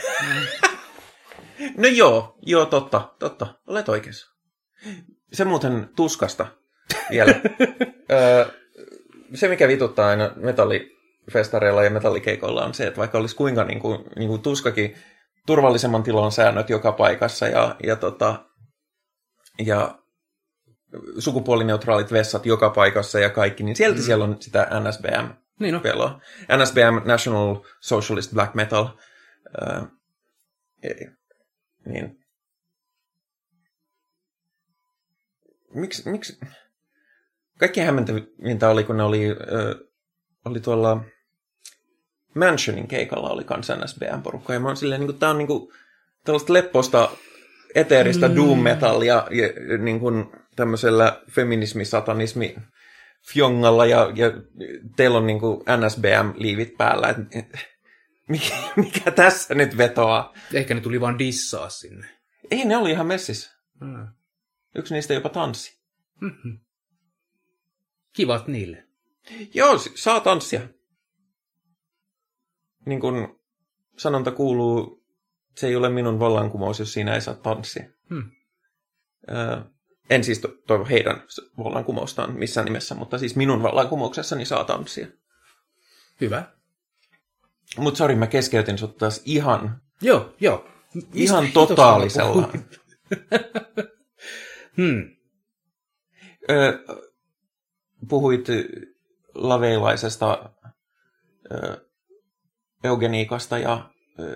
[SPEAKER 2] No joo, totta. Olet oikeassa. Se muuten tuskasta vielä. Se, mikä vituttaa aina metallifestareilla ja metallikeikoilla on se, että vaikka olisi kuinka niin kuin tuskakin turvallisemman tilon säännöt joka paikassa ja sukupuolineutraalit vessat joka paikassa ja kaikki, niin sieltä siellä on sitä NSBM-peloa. NSBM, National Socialist Black Metal. Niin. Miksi? Kaikki hämmentävintä oli, kun ne oli tuolla Mansionin keikalla oli kans NSBM-porukka. Ja mä oon silleen, niin tää on niin kuin tällaista lepposta eteeristä doom metal ja niin kuin tämmöisellä feminismi-satanismi fjongalla ja teillä on niin kuin NSBM-liivit päällä. Mikä tässä nyt vetoaa?
[SPEAKER 3] Ehkä ne tuli vaan dissaa sinne.
[SPEAKER 2] Ei, ne oli ihan messissä. Yksi niistä jopa tanssi.
[SPEAKER 3] Kivat niille.
[SPEAKER 2] Joo, saa tanssia. Niin kuin sanonta kuuluu, se ei ole minun vallankumous, jos siinä ei saa tanssia. En siis toivo heidän vallankumoustaan missään nimessä, mutta siis minun vallankumouksessani saa tanssia.
[SPEAKER 3] Hyvä.
[SPEAKER 2] Mutta sori, mä keskeytin sut taas ihan...
[SPEAKER 3] Joo.
[SPEAKER 2] Ihan totaalisella. Puhuit laveilaisesta eugeniikasta ja...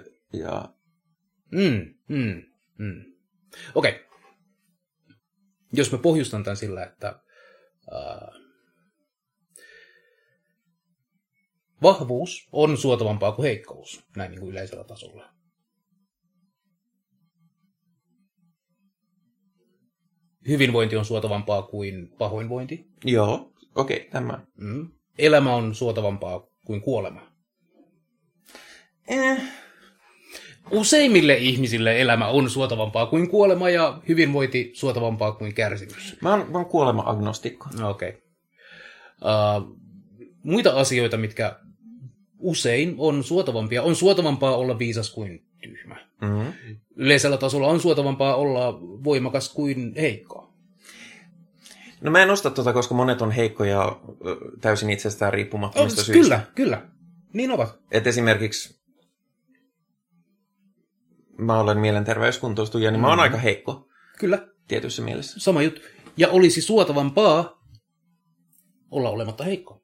[SPEAKER 3] Okei. Jos mä pohjustan tämän sillä, että vahvuus on suotavampaa kuin heikkous, näin niin kuin yleisellä tasolla. Hyvinvointi on suotavampaa kuin pahoinvointi.
[SPEAKER 2] Joo, Okei, tämä.
[SPEAKER 3] Elämä on suotavampaa kuin kuolema. Useimmille ihmisille elämä on suotavampaa kuin kuolema ja hyvinvointi suotavampaa kuin kärsimys.
[SPEAKER 2] Mä oon kuolema-agnostikko.
[SPEAKER 3] Okei. Muita asioita, mitkä usein on suotavampia. On suotavampaa olla viisas kuin tyhmä.
[SPEAKER 2] Mm-hmm.
[SPEAKER 3] Yleisellä tasolla on suotavampaa olla voimakas kuin heikko.
[SPEAKER 2] No mä en osta koska monet on heikkoja täysin itsestään riippumattomista syistä.
[SPEAKER 3] Kyllä. Niin ovat.
[SPEAKER 2] Et esimerkiksi mä olen mielenterveyskuntoistuja, niin mä oon aika heikko.
[SPEAKER 3] Kyllä.
[SPEAKER 2] Tietyssä mielessä.
[SPEAKER 3] Sama juttu. Ja olisi suotavampaa olla olematta heikko.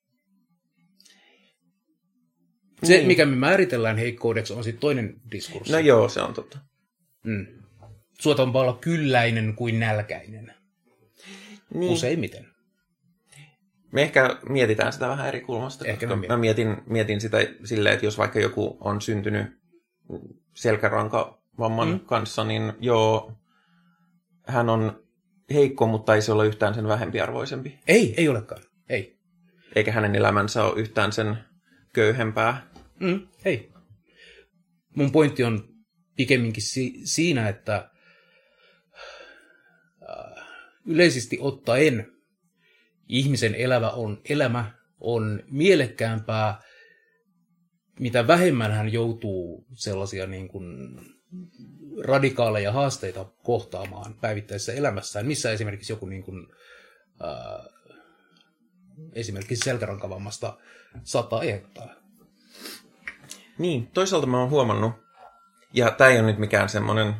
[SPEAKER 3] Se,
[SPEAKER 2] niin.
[SPEAKER 3] mikä me määritellään heikkoudeksi, on sitten toinen diskurssi.
[SPEAKER 2] No joo, se on totta.
[SPEAKER 3] Suotavampaa olla kylläinen kuin nälkäinen.
[SPEAKER 2] Niin.
[SPEAKER 3] Useimmiten.
[SPEAKER 2] Me ehkä mietitään sitä vähän eri kulmasta. Mä mietin sitä silleen, että jos vaikka joku on syntynyt selkärankavamman kanssa, niin joo, hän on heikko, mutta ei se ole yhtään sen vähempiarvoisempi.
[SPEAKER 3] Ei olekaan. Ei.
[SPEAKER 2] Eikä hänen elämänsä ole yhtään sen köyhempää.
[SPEAKER 3] Ei. Mun pointti on pikemminkin siinä, että yleisesti ottaen ihmisen elämä on mielekkäämpää, mitä vähemmän hän joutuu sellaisia niin kuin radikaaleja haasteita kohtaamaan päivittäisessä elämässään, missä esimerkiksi joku niin kuin, esimerkiksi selkärankavammasta saattaa ehdottaa.
[SPEAKER 2] Niin, toisaalta mä oon huomannut, ja tää ei ole nyt mikään semmoinen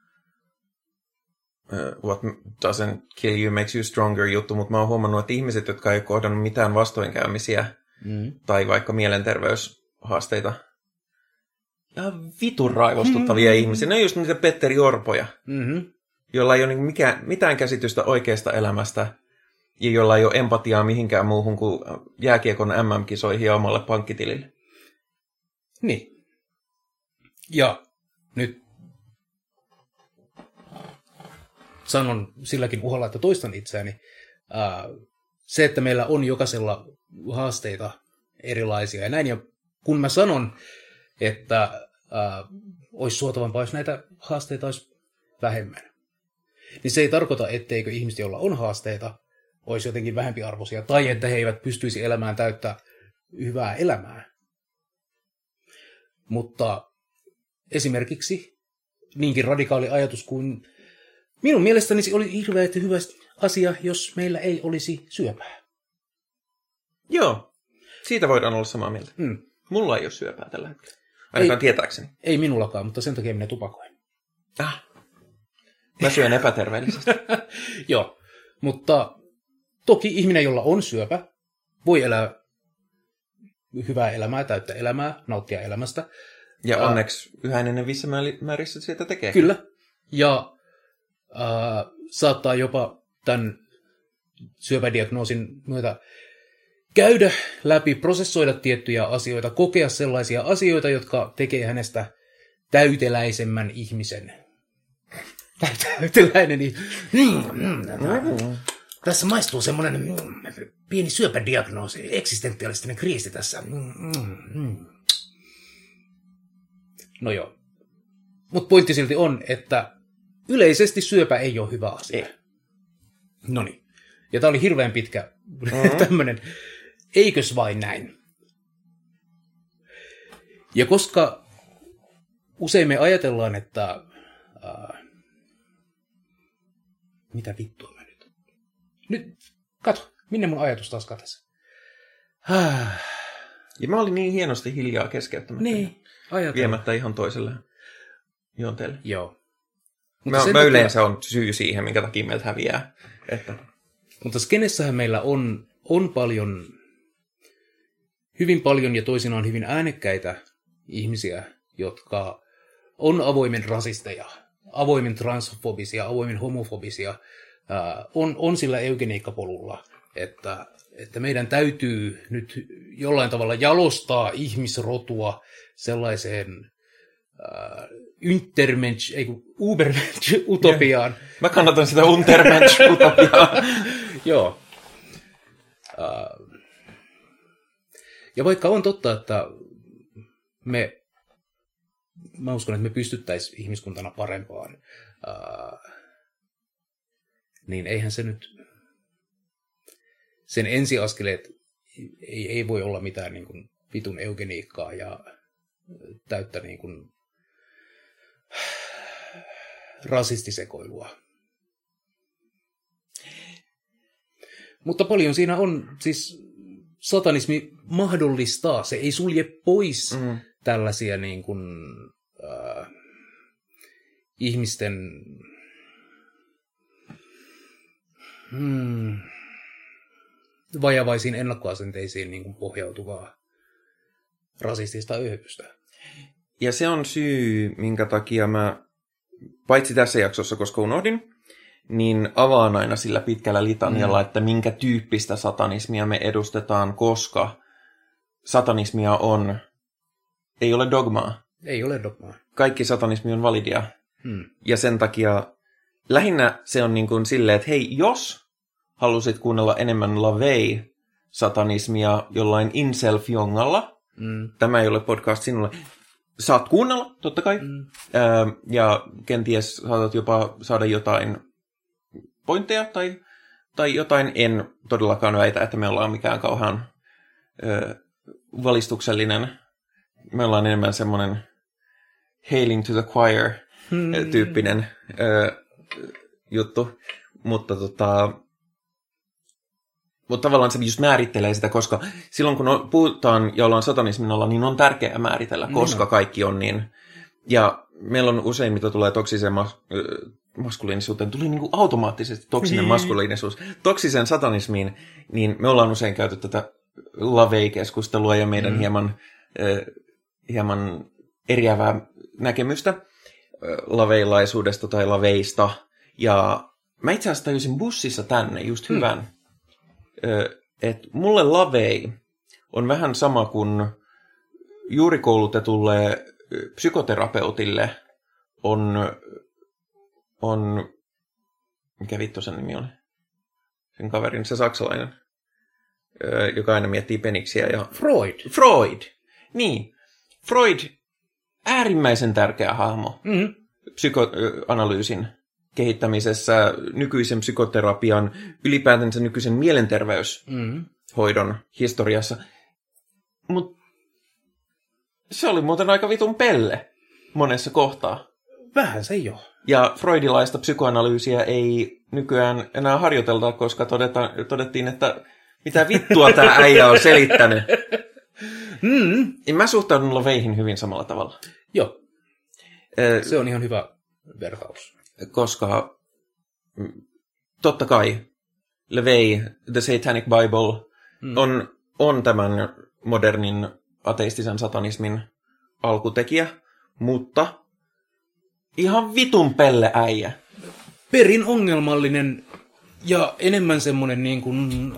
[SPEAKER 2] what doesn't kill you makes you stronger juttu, mutta mä oon huomannut, että ihmiset, jotka ei ole kohdannut mitään vastoinkäymisiä tai vaikka mielenterveyshaasteita, ihan vitun raivostuttavia ihmisiä. Ne on just niitä Petteri Orpoja, joilla ei ole mitään käsitystä oikeasta elämästä ja jolla ei ole empatiaa mihinkään muuhun kuin jääkiekon MM-kisoihin ja omalle pankkitilille.
[SPEAKER 3] Niin. Ja nyt sanon silläkin uhalla, että toistan itseäni. Se, että meillä on jokaisella haasteita erilaisia ja näin. Ja kun mä sanon, että olisi suotavampaa, jos näitä haasteita olisi vähemmän, niin se ei tarkoita, etteikö ihmiset, joilla on haasteita, olisi jotenkin vähempiarvoisia tai että he eivät pystyisi elämään täyttä hyvää elämää. Mutta esimerkiksi niinkin radikaali ajatus kuin minun mielestäni se oli hirveän hyvä asia, jos meillä ei olisi syöpää.
[SPEAKER 2] Joo, siitä voidaan olla samaa mieltä. Mulla ei ole syöpää tällä hetkellä. Ainakaan tietääkseni.
[SPEAKER 3] Ei minullakaan, mutta sen takia minä tupakoin.
[SPEAKER 2] Mä syön epäterveellisesti.
[SPEAKER 3] Joo, mutta toki ihminen, jolla on syöpä, voi elää hyvää elämää, täyttä elämää, nauttia elämästä.
[SPEAKER 2] Ja onneksi yhä enenevissä määrissä sitä tekee.
[SPEAKER 3] Kyllä. Ja saattaa jopa tämän syöpädiagnoosin myötä käydä läpi, prosessoida tiettyjä asioita, kokea sellaisia asioita, jotka tekee hänestä täyteläisemmän ihmisen. Täyteläinen Tässä maistuu semmoinen pieni syöpädiagnoosi, eksistentialistinen kriisi tässä. No joo. Mutta pointti silti on, että yleisesti syöpä ei ole hyvä asia. Noniin. Ja tää oli hirveän pitkä tämmönen, eikös vain näin? Ja koska usein me ajatellaan, että mitä vittua mä nyt? Nyt, kato, minne mun ajatus taas katasi?
[SPEAKER 2] Ja mä olin niin hienosti hiljaa keskeyttämättä.
[SPEAKER 3] Niin,
[SPEAKER 2] viemättä ihan toiselle juonteelle.
[SPEAKER 3] Joo.
[SPEAKER 2] Mä yleensä on syy siihen, minkä takia meiltä häviää. Että...
[SPEAKER 3] Mutta skenessähän meillä on paljon, hyvin paljon ja toisinaan hyvin äänekkäitä ihmisiä, jotka on avoimen rasisteja, avoimen transfobisia, avoimen homofobisia, on sillä eugeniikkapolulla, että meidän täytyy nyt jollain tavalla jalostaa ihmisrotua sellaiseen Ubermensch-utopiaan.
[SPEAKER 2] Mä kannatan sitä Untermensch-utopiaa.
[SPEAKER 3] Joo. Ja vaikka on totta, että mä uskon, että me pystyttäisiin ihmiskuntana parempaan, niin eihän se nyt, sen ensiaskeleet ei voi olla mitään niin kuin vitun eugeniikkaa ja täyttä niin kuin rasistisekoilua. Mutta paljon siinä on, siis satanismi mahdollistaa, se ei sulje pois tällaisia niin kuin, ihmisten vajavaisiin ennakkoasenteisiin niin kuin pohjautuvaa rasistista ööpystä.
[SPEAKER 2] Ja se on syy, minkä takia mä, paitsi tässä jaksossa, koska unohdin, niin avaan aina sillä pitkällä litanialla, että minkä tyyppistä satanismia me edustetaan, koska satanismia ei ole dogmaa.
[SPEAKER 3] Ei ole dogmaa. Kaikki
[SPEAKER 2] satanismi on validia. Ja sen takia lähinnä se on niin kuin silleen, että hei, jos halusit kuunnella enemmän LaVey-satanismia jollain incel-fjongalla, tämä ei ole podcast sinulle, saat kuunnella, totta kai. Ja kenties saatat jopa saada jotain pointteja tai jotain. En todellakaan väitä, että me ollaan mikään kauhean valistuksellinen. Me ollaan enemmän semmoinen hailing to the choir-tyyppinen juttu. Mutta tavallaan se just määrittelee sitä, koska silloin kun puhutaan ja ollaan satanismin alla, niin on tärkeää määritellä, koska kaikki on niin. Ja meillä on usein, mitä tulee toksiseen maskuliinisuuteen, tuli niin kuin automaattisesti toksinen maskuliinisuus. Toksisen satanismiin, niin me ollaan usein käyty tätä LaVey-keskustelua ja meidän hieman eriävää näkemystä laveilaisuudesta tai laveista. Ja mä itse asiassa tajusin bussissa tänne just hyvän, että mulle LaVey on vähän sama kuin juuri koulutetulle psykoterapeutille on mikä vittu sen nimi oli? Sen kaverin, se saksalainen, joka aina miettii peniksiä. Ja Freud! Niin. Freud, äärimmäisen tärkeä hahmo psykoanalyysin kehittämisessä, nykyisen psykoterapian, ylipäätänsä nykyisen mielenterveyshoidon historiassa. Mutta se oli muuten aika vitun pelle monessa kohtaa.
[SPEAKER 3] Vähän se jo.
[SPEAKER 2] Ja freudilaista psykoanalyysiä ei nykyään enää harjoitelta, koska todettiin, että mitä vittua tämä äijä on selittänyt. Mä suhtaudun LaVeyhin hyvin samalla tavalla.
[SPEAKER 3] Joo. Se on ihan hyvä vertaus.
[SPEAKER 2] Koska totta kai LaVey, The Satanic Bible, on tämän modernin ateistisen satanismin alkutekijä, mutta ihan vitun pelle äijä.
[SPEAKER 3] Perin ongelmallinen ja enemmän semmoinen niin kuin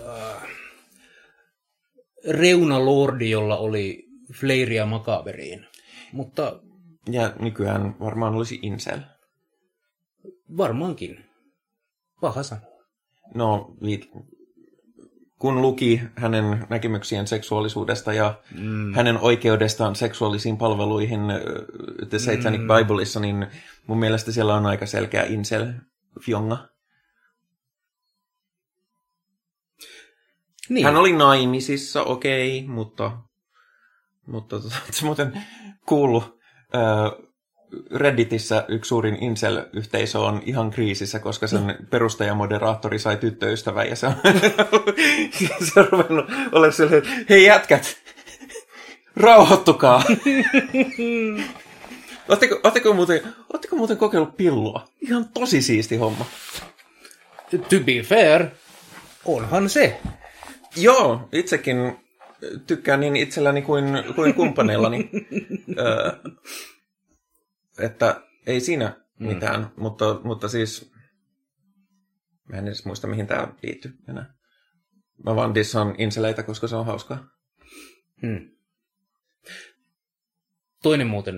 [SPEAKER 3] reunalordi, jolla oli fleiria makaberiin. Mutta
[SPEAKER 2] ja nykyään varmaan olisi incel.
[SPEAKER 3] Varmaankin. Paha sanoa.
[SPEAKER 2] No, kun luki hänen näkemyksien seksuaalisuudesta ja hänen oikeudestaan seksuaalisiin palveluihin The Satanic Bibleissa, niin mun mielestä siellä on aika selkeä incel-fjonga. Niin. Hän oli naimisissa, okei, mutta se muuten kuullut. Reditissä yksi suurin incel-yhteisö on ihan kriisissä, koska sen perustajamoderaattori sai tyttöystävän ja se on ruvennut olemaan sellainen, että hei jätkät, rauhoittukaa. Oletteko muuten kokeillut pillua? Ihan tosi siisti homma.
[SPEAKER 3] To be fair, onhan se.
[SPEAKER 2] Joo, itsekin tykkään niin itselläni kuin kumppaneillani. Että ei siinä mitään, mutta siis mä en edes muista, mihin tämä liittyy enää. Mä vaan dissaan inseleitä, koska se on hauskaa.
[SPEAKER 3] Toinen muuten,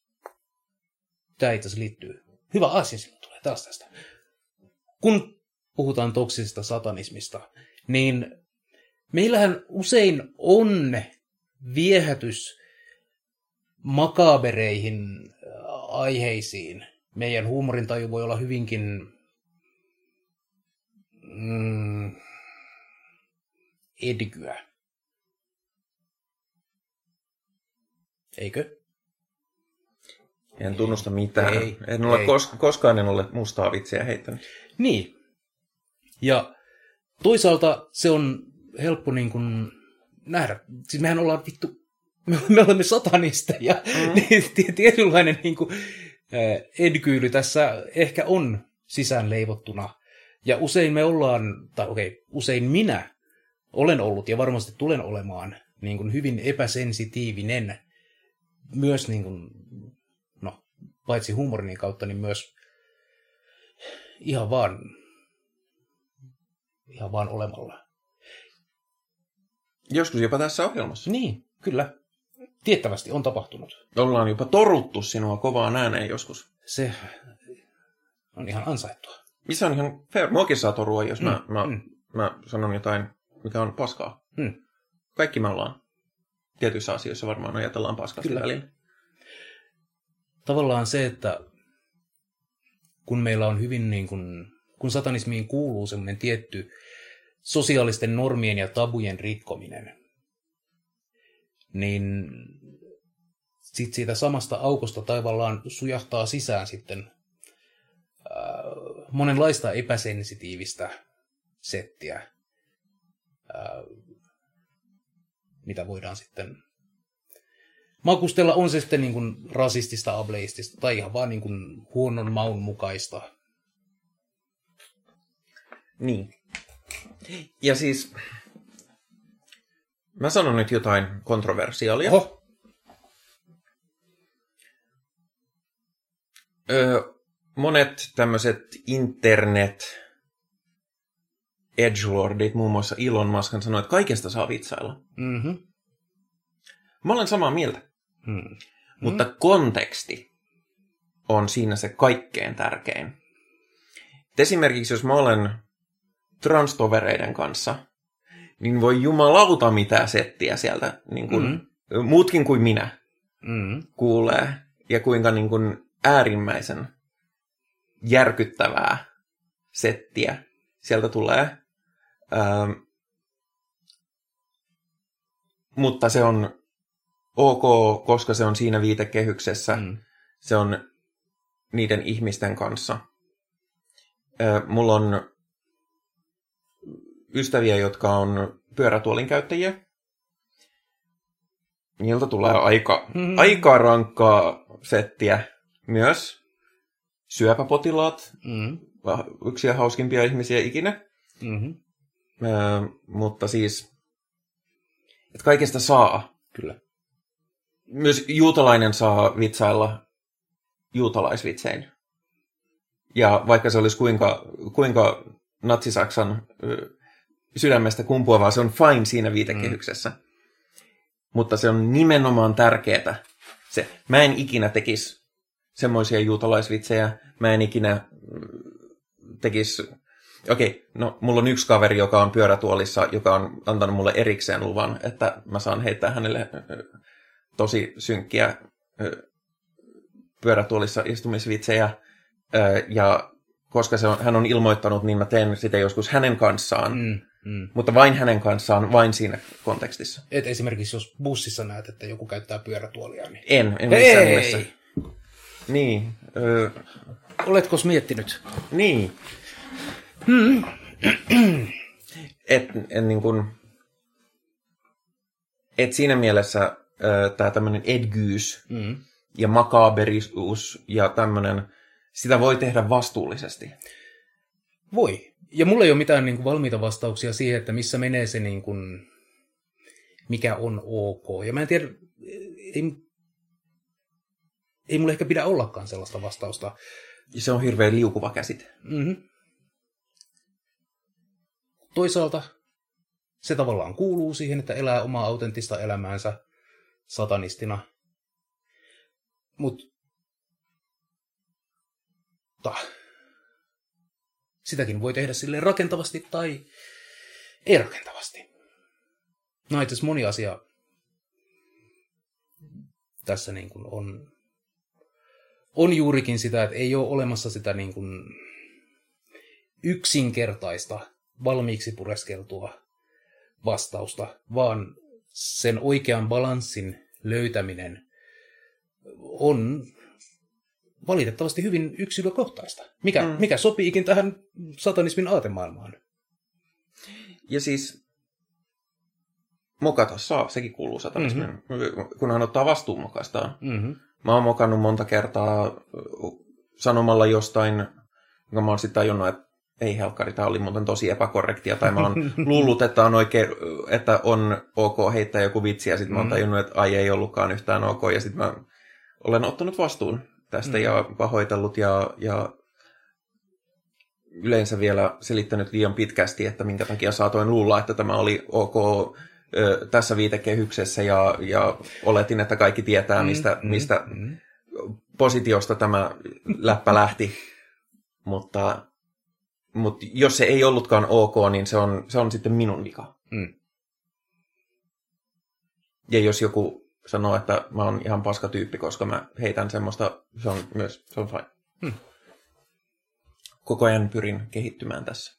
[SPEAKER 3] tämä itse asiassa liittyy. Hyvä asia silloin tulee taas tästä. Kun puhutaan toksisesta satanismista, niin meillähän usein on viehätys makabereihin aiheisiin. Meidän huumorintaju voi olla hyvinkin edgyä. Eikö?
[SPEAKER 2] En tunnusta mitään.
[SPEAKER 3] Ei.
[SPEAKER 2] Koskaan en ole mustaa vitsiä heittänyt.
[SPEAKER 3] Niin. Ja toisaalta se on helppo niin kuin nähdä. Siis mehän ollaan me olemme satanisteja. Niin tietynlainen niin kuin, edgyyly tässä ehkä on sisäänleivottuna. Ja usein me ollaan, usein minä olen ollut ja varmasti tulen olemaan niin kuin hyvin epäsensitiivinen myös niin kuin, paitsi huumorin kautta, niin myös ihan vaan olemalla.
[SPEAKER 2] Joskus jopa tässä ohjelmassa.
[SPEAKER 3] Niin, kyllä. Tiettävästi on tapahtunut.
[SPEAKER 2] Ollaan jopa toruttu sinua kovaan ääneen joskus.
[SPEAKER 3] Se on ihan ansaittua.
[SPEAKER 2] Missä on ihan fair. Muakin saa torua, jos mä sanon jotain, mikä on paskaa. Kaikki me ollaan. Tietyissä asioissa varmaan ajatellaan paskasti välillä.
[SPEAKER 3] Tavallaan se, että kun meillä on hyvin niin kuin, kun satanismiin kuuluu semmoinen tietty sosiaalisten normien ja tabujen rikkominen, niin sit siitä samasta aukosta tavallaan sujahtaa sisään sitten monenlaista epäsensitiivistä settiä, mitä voidaan sitten makustella, on se sitten niin kuin rasistista, ableistista tai ihan vaan niin kuin huonon maun mukaista.
[SPEAKER 2] Niin. Ja siis, mä sanon nyt jotain kontroversiaalia.
[SPEAKER 3] Oho.
[SPEAKER 2] Monet tämmöiset internet edgelordit, muun muassa Elon Musk, sanoo, että kaikesta saa vitsailla.
[SPEAKER 3] Mm-hmm.
[SPEAKER 2] Mä olen samaa mieltä. Mutta konteksti on siinä se kaikkein tärkein. Et esimerkiksi jos mä olen transtovereiden kanssa, niin voi jumalauta mitään settiä sieltä, niin kuin, muutkin kuin minä, kuulee. Ja kuinka niin kuin äärimmäisen järkyttävää settiä sieltä tulee. Mutta se on ok, koska se on siinä viitekehyksessä. Se on niiden ihmisten kanssa. Mulla on ystäviä, jotka on pyörätuolin käyttäjiä. Niiltä tulee aika rankkaa settiä myös. Syöpäpotilaat. Yksi hauskimpia ihmisiä ikinä. Mutta siis, että kaikesta saa.
[SPEAKER 3] Kyllä.
[SPEAKER 2] Myös juutalainen saa vitsailla juutalaisvitsein. Ja vaikka se olisi kuinka natsi-Saksan sydämestä kumpuavaa, se on fine siinä viitekehyksessä. Mutta se on nimenomaan tärkeää. Mä en ikinä tekisi semmoisia juutalaisvitsejä. Mä en ikinä tekisi... mulla on yksi kaveri, joka on pyörätuolissa, joka on antanut mulle erikseen luvan, että mä saan heittää hänelle tosi synkkiä pyörätuolissa istumisvitsejä. Ja koska hän on ilmoittanut, niin mä teen sitä joskus hänen kanssaan. Mutta vain hänen kanssaan, vain siinä kontekstissa.
[SPEAKER 3] Et esimerkiksi jos bussissa näet, että joku käyttää pyörätuolia, niin...
[SPEAKER 2] En missään nimessä. Niin.
[SPEAKER 3] Oletko miettinyt?
[SPEAKER 2] Niin. Et siinä mielessä tämä tämmöinen edgyys ja makaberisuus ja tämmöinen, sitä voi tehdä vastuullisesti.
[SPEAKER 3] Voi. Ja mulla ei ole mitään niin kuin valmiita vastauksia siihen, että missä menee se, niin kuin, mikä on ok. Ja mä en tiedä, ei mulla ehkä pidä ollakaan sellaista vastausta.
[SPEAKER 2] Ja se on hirveän liukuva käsite.
[SPEAKER 3] Toisaalta se tavallaan kuuluu siihen, että elää omaa autenttista elämäänsä satanistina. Mutta sitäkin voi tehdä silleen rakentavasti tai ei rakentavasti. No itse asiassa moni asia tässä niin kuin on juurikin sitä, että ei ole olemassa sitä niin kuin yksinkertaista, valmiiksi pureskeltua vastausta, vaan sen oikean balanssin löytäminen on valitettavasti hyvin yksilökohtaista. Mikä sopiikin tähän satanismin aatemaailmaan?
[SPEAKER 2] Ja siis mokata saa, sekin kuuluu satanismiin, kunhan ottaa vastuun mokastaan.
[SPEAKER 3] Mm-hmm.
[SPEAKER 2] Mä oon mokannut monta kertaa sanomalla jostain, jonka mä oon sitten tajunnut, että ei helkkari, tää oli muuten tosi epäkorrektia, tai mä oon luullut, että on ok heittää joku vitsi, ja sitten mä oon tajunnut, että ai ei ollutkaan yhtään ok, ja sitten mä olen ottanut vastuun tästä ja pahoitellut ja yleensä vielä selittänyt liian pitkästi, että minkä takia saatoin luulla, että tämä oli ok tässä viitekehyksessä ja oletin, että kaikki tietää, mistä positiosta tämä läppä lähti. Mutta jos se ei ollutkaan ok, niin se on sitten minun vika. Ja jos joku sanoo, että mä oon ihan paska tyyppi, koska mä heitän semmoista, se on fine. Koko ajan pyrin kehittymään tässä.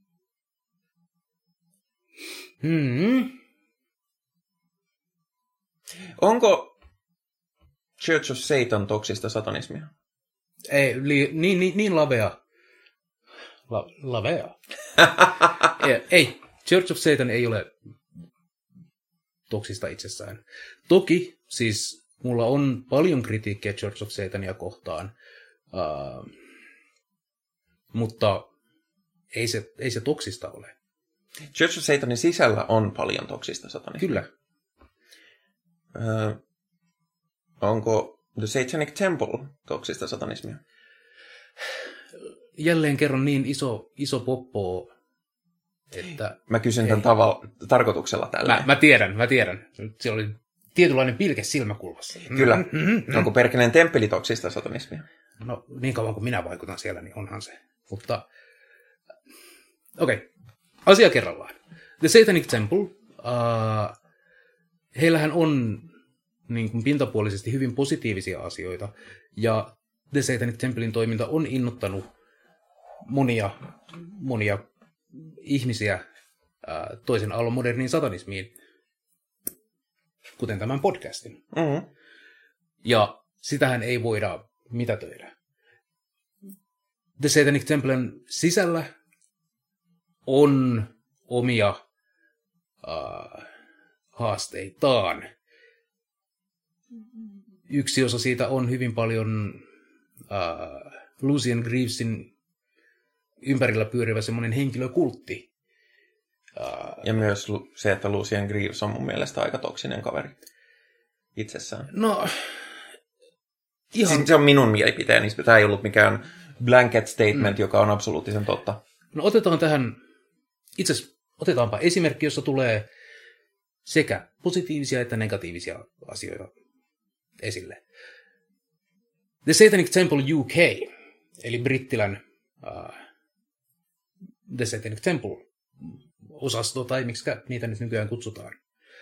[SPEAKER 2] Onko Church of Satan toksista satanismia?
[SPEAKER 3] Ei, niin lavea. Lavea? Ei, Church of Satan ei ole toksista itsessään. Toki, siis mulla on paljon kritiikkiä Church of Satania kohtaan, mutta ei se toksista ole.
[SPEAKER 2] Church of Satanin sisällä on paljon toksista satanismia.
[SPEAKER 3] Kyllä.
[SPEAKER 2] Onko The Satanic Temple toksista satanismia?
[SPEAKER 3] Jälleen kerran niin iso poppo, että...
[SPEAKER 2] Mä kysyn tämän tarkoituksella tällä.
[SPEAKER 3] Mä tiedän. Se oli tietynlainen pilke silmäkulmassa.
[SPEAKER 2] Kyllä. Onko perkeleen temppeli toksista satanismia?
[SPEAKER 3] No, niin kauan kuin minä vaikutan siellä, niin onhan se. Mutta, okei. Asia kerrallaan. The Satanic Temple, heillähän on niin kuin pintapuolisesti hyvin positiivisia asioita, ja The Satanic Templein toiminta on innottanut monia ihmisiä toisen aallon moderniin satanismiin, kuten tämän podcastin.
[SPEAKER 2] Mm-hmm.
[SPEAKER 3] Ja sitähän ei voida mitätöidä. The Satanic Templen sisällä on omia haasteitaan. Yksi osa siitä on hyvin paljon Lucian Greavesin ympärillä pyörivä semmoinen henkilökultti.
[SPEAKER 2] Ja myös se, että Lucian Greaves on mun mielestä aika toksinen kaveri itsessään.
[SPEAKER 3] No, ihan...
[SPEAKER 2] Siis se on minun mielipiteeni. Tämä ei ollut mikään blanket statement, joka on absoluuttisen totta.
[SPEAKER 3] No otetaan tähän, itse asiassa otetaanpa esimerkki, jossa tulee sekä positiivisia että negatiivisia asioita esille. The Satanic Temple UK, eli brittilän The Satanic Temple-osasto, tai miksi niitä nyt nykyään kutsutaan,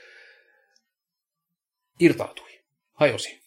[SPEAKER 3] irtautui, hajosi.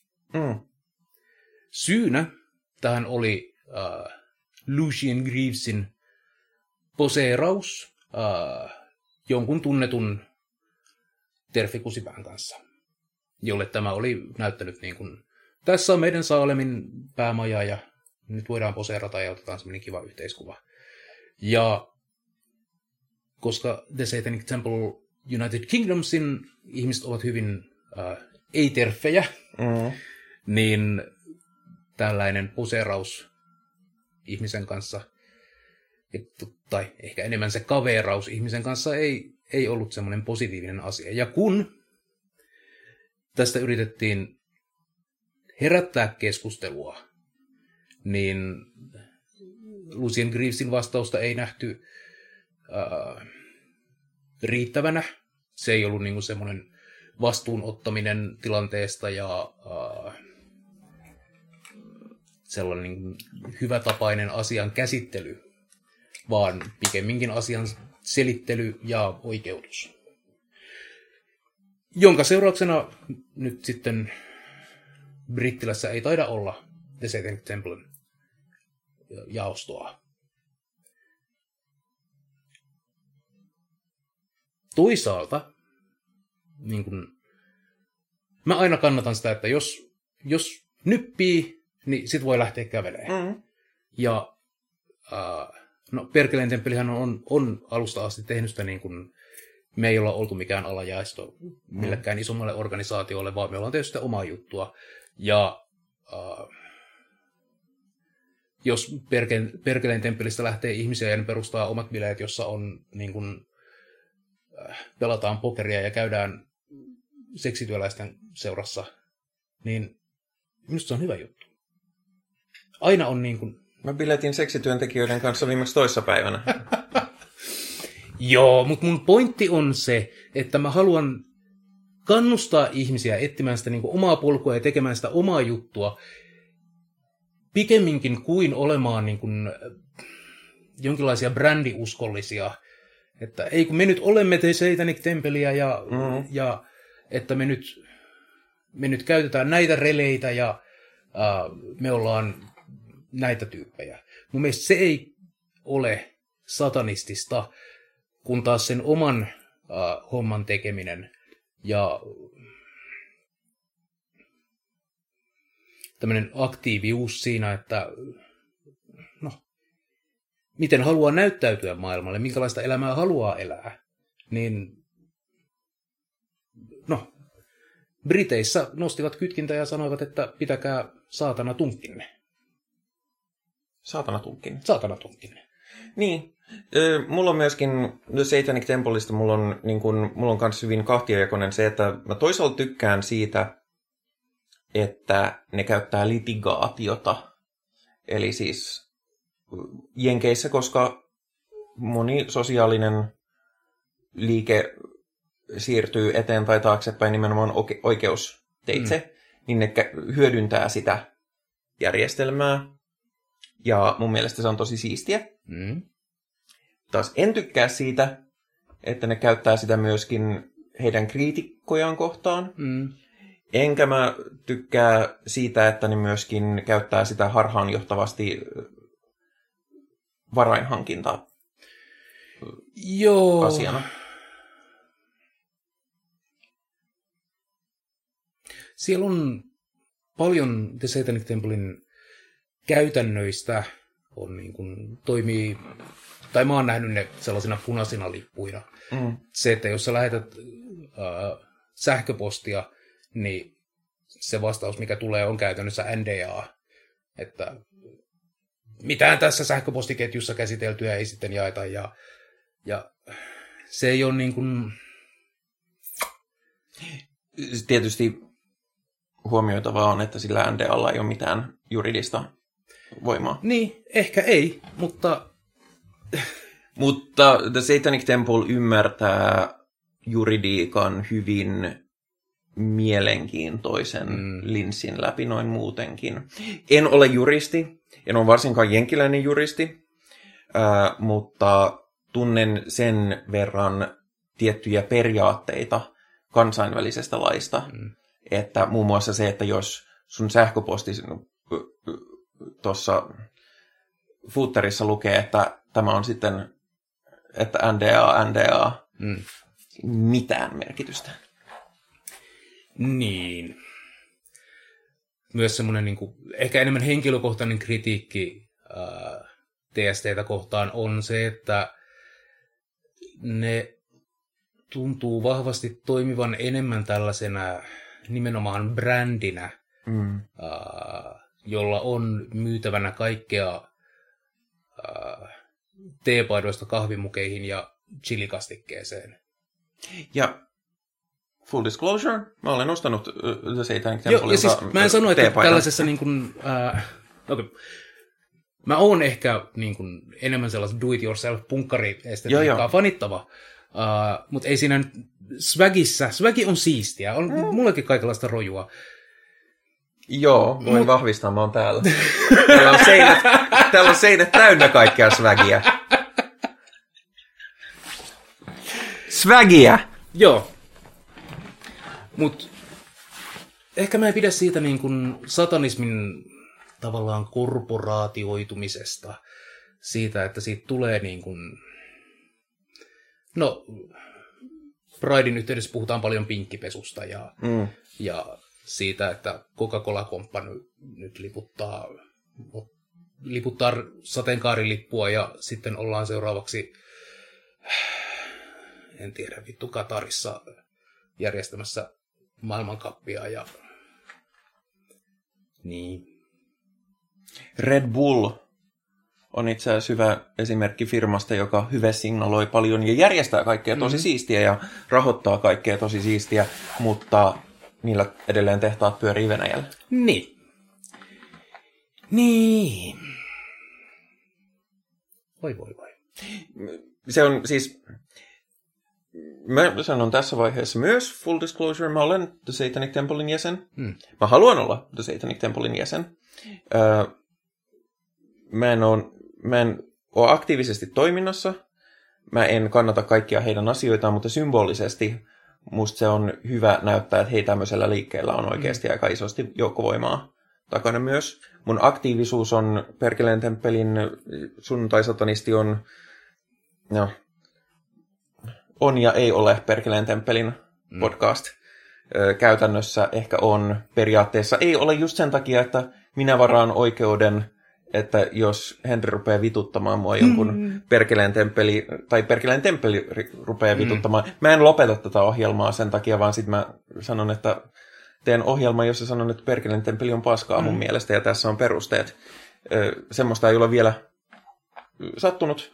[SPEAKER 3] Syynä tähän oli Lucian Greavesin poseeraus jonkun tunnetun terfikusipään kanssa, jolle tämä oli näyttänyt niin kuin, tässä on meidän Saalemin päämaja ja nyt voidaan poseerata ja otetaan semmoinen kiva yhteiskuva. Ja koska The Satanic Temple United Kingdomsin ihmiset ovat hyvin ei-terfejä, niin tällainen poseeraus ihmisen kanssa, tai ehkä enemmän se kaveraus ihmisen kanssa ei ollut semmoinen positiivinen asia. Ja kun tästä yritettiin herättää keskustelua, niin Lucian Greavesin vastausta ei nähty riittävänä. Se ei ollut niinku semmoinen vastuunottaminen tilanteesta ja sellainen hyvätapainen asian käsittely, vaan pikemminkin asian selittely ja oikeutus. Jonka seurauksena nyt sitten Brittilässä ei taida olla The Satanic Templen jaostoa. Toisaalta niin kun, mä aina kannatan sitä, että jos nyppii, niin sit voi lähteä kävelemään. Mm. Ja no, Perkeleen temppelihän on alusta asti tehnyt sitä niin kuin, me ei olla oltu mikään alajaisto millekään isommalle organisaatiolle, vaan me ollaan tehty sitä omaa juttua. Ja jos Perkeleen temppelistä lähtee ihmisiä ja ne perustaa omat bileet, jossa on niin kuin, pelataan pokeria ja käydään seksityöläisten seurassa, niin minusta se on hyvä juttu. Aina on niin kuin...
[SPEAKER 2] Mä biletin seksityöntekijöiden kanssa viimeksi toissapäivänä.
[SPEAKER 3] Joo, mutta mun pointti on se, että mä haluan kannustaa ihmisiä etsimään sitä niin kuin omaa polkua ja tekemään sitä omaa juttua pikemminkin kuin olemaan niin kuin jonkinlaisia brändiuskollisia. Että ei kun me nyt olemme The Satanic Tempelia ja että me nyt käytetään näitä releitä ja me ollaan näitä tyyppejä. Mun mielestä se ei ole satanistista, kun taas sen oman homman tekeminen ja tämmöinen aktiivius siinä, että no, miten haluaa näyttäytyä maailmalle, minkälaista elämää haluaa elää, niin no, Briteissä nostivat kytkintä ja sanoivat, että pitäkää saatana tunkkinne.
[SPEAKER 2] Saatana tunkkinne.
[SPEAKER 3] Saatana tunkkinne.
[SPEAKER 2] Niin. Mulla on myöskin The Satanic Templeista, mulla on kans hyvin kahtiajakoinen se, että mä toisaalta tykkään siitä, että ne käyttää litigaatiota. Eli siis Jenkeissä, koska moni sosiaalinen liike siirtyy eteen tai taaksepäin nimenomaan oikeusteitse, niin ne hyödyntää sitä järjestelmää. Ja mun mielestä se on tosi siistiä. Taas en tykkää siitä, että ne käyttää sitä myöskin heidän kriitikkojaan kohtaan. Enkä mä tykkää siitä, että ne myöskin käyttää sitä harhaanjohtavasti varainhankintaa asiana.
[SPEAKER 3] Siellä on paljon The Satanic Templen käytännöistä on niin kuin toimii, tai mä oon nähnyt ne sellaisina punaisina lippuina. Se, että jos sä lähetät sähköpostia, niin se vastaus, mikä tulee, on käytännössä NDA. Että mitään tässä sähköpostiketjussa käsiteltyä ei sitten jaeta. Ja se ei ole niin kuin...
[SPEAKER 2] Tietysti huomioitavaa on, että sillä NDAlla ei ole mitään juridista voimaa.
[SPEAKER 3] Niin, ehkä ei, mutta...
[SPEAKER 2] Mutta The Satanic Temple ymmärtää juridiikan hyvin mielenkiintoisen linssin läpi noin muutenkin. En ole juristi, en ole varsinkaan jenkkiläinen juristi, mutta tunnen sen verran tiettyjä periaatteita kansainvälisestä laista, että muun muassa se, että jos sun sähköposti tuossa footerissa lukee, että tämä on sitten, että NDA, mitään merkitystä.
[SPEAKER 3] Niin. Myös semmoinen niin kuin, ehkä enemmän henkilökohtainen kritiikki TST:tä kohtaan on se, että ne tuntuu vahvasti toimivan enemmän tällaisena nimenomaan brändinä, jolla on myytävänä kaikkea teepaidoista kahvimukeihin ja chilikastikkeeseen.
[SPEAKER 2] Ja full disclosure, mä olen ostanut The Satanic Templeilta.
[SPEAKER 3] Joo, ja siis mä en sano, että tällaisessa niin kuin, okay. Mä oon ehkä niin kuin, enemmän sellaisen do-it-yourself-punkkari-estetiikkaa fanittava, mutta ei siinä swagi on siistiä, on mullekin kaikenlaista rojua.
[SPEAKER 2] Joo, voin vahvistaa, mä oon täällä. Täällä on seinät täynnä kaikkea swagia. Swagia!
[SPEAKER 3] Joo. Mut ehkä mä en pidä siitä niin kuin satanismin tavallaan korporaatioitumisesta. Siitä, että siitä tulee niin kuin... No, Pridein yhteydessä puhutaan paljon pinkkipesusta ja siitä, että Coca-Cola Company nyt liputtaa sateenkaarilippua ja sitten ollaan seuraavaksi, en tiedä, Katarissa järjestämässä maailmankappia ja niin.
[SPEAKER 2] Red Bull on itse asiassa hyvä esimerkki firmasta, joka signaloi paljon ja järjestää kaikkea tosi siistiä ja rahoittaa kaikkea tosi siistiä, mutta niillä edelleen tehtaat pyörii Venäjällä.
[SPEAKER 3] Niin. Voi.
[SPEAKER 2] Se on siis... Mä sanon tässä vaiheessa myös, full disclosure, mä olen The Satanic Templein jäsen. Mä haluan olla The Satanic Templein jäsen. Mä en ole aktiivisesti toiminnassa. Mä en kannata kaikkia heidän asioitaan, mutta symbolisesti musta se on hyvä näyttää, että hei, tämmöisellä liikkeellä on oikeasti aika isosti joukkovoimaa takana myös. Mun aktiivisuus on Perkeleen temppelin sunnuntai-satanisti on ja ei ole Perkeleen temppelin podcast. Käytännössä ehkä on, periaatteessa ei ole just sen takia, että minä varaan oikeuden, että jos Henry rupeaa vituttamaan mua jonkun Perkeleen temppeli, tai Perkeleen temppeli rupeaa vituttamaan, mä en lopeta tätä ohjelmaa sen takia, vaan sitten mä sanon, että teen ohjelma, jossa sanon, että Perkeleen temppeli on paskaa mun mielestä, ja tässä on perusteet. Semmoista ei ole vielä sattunut.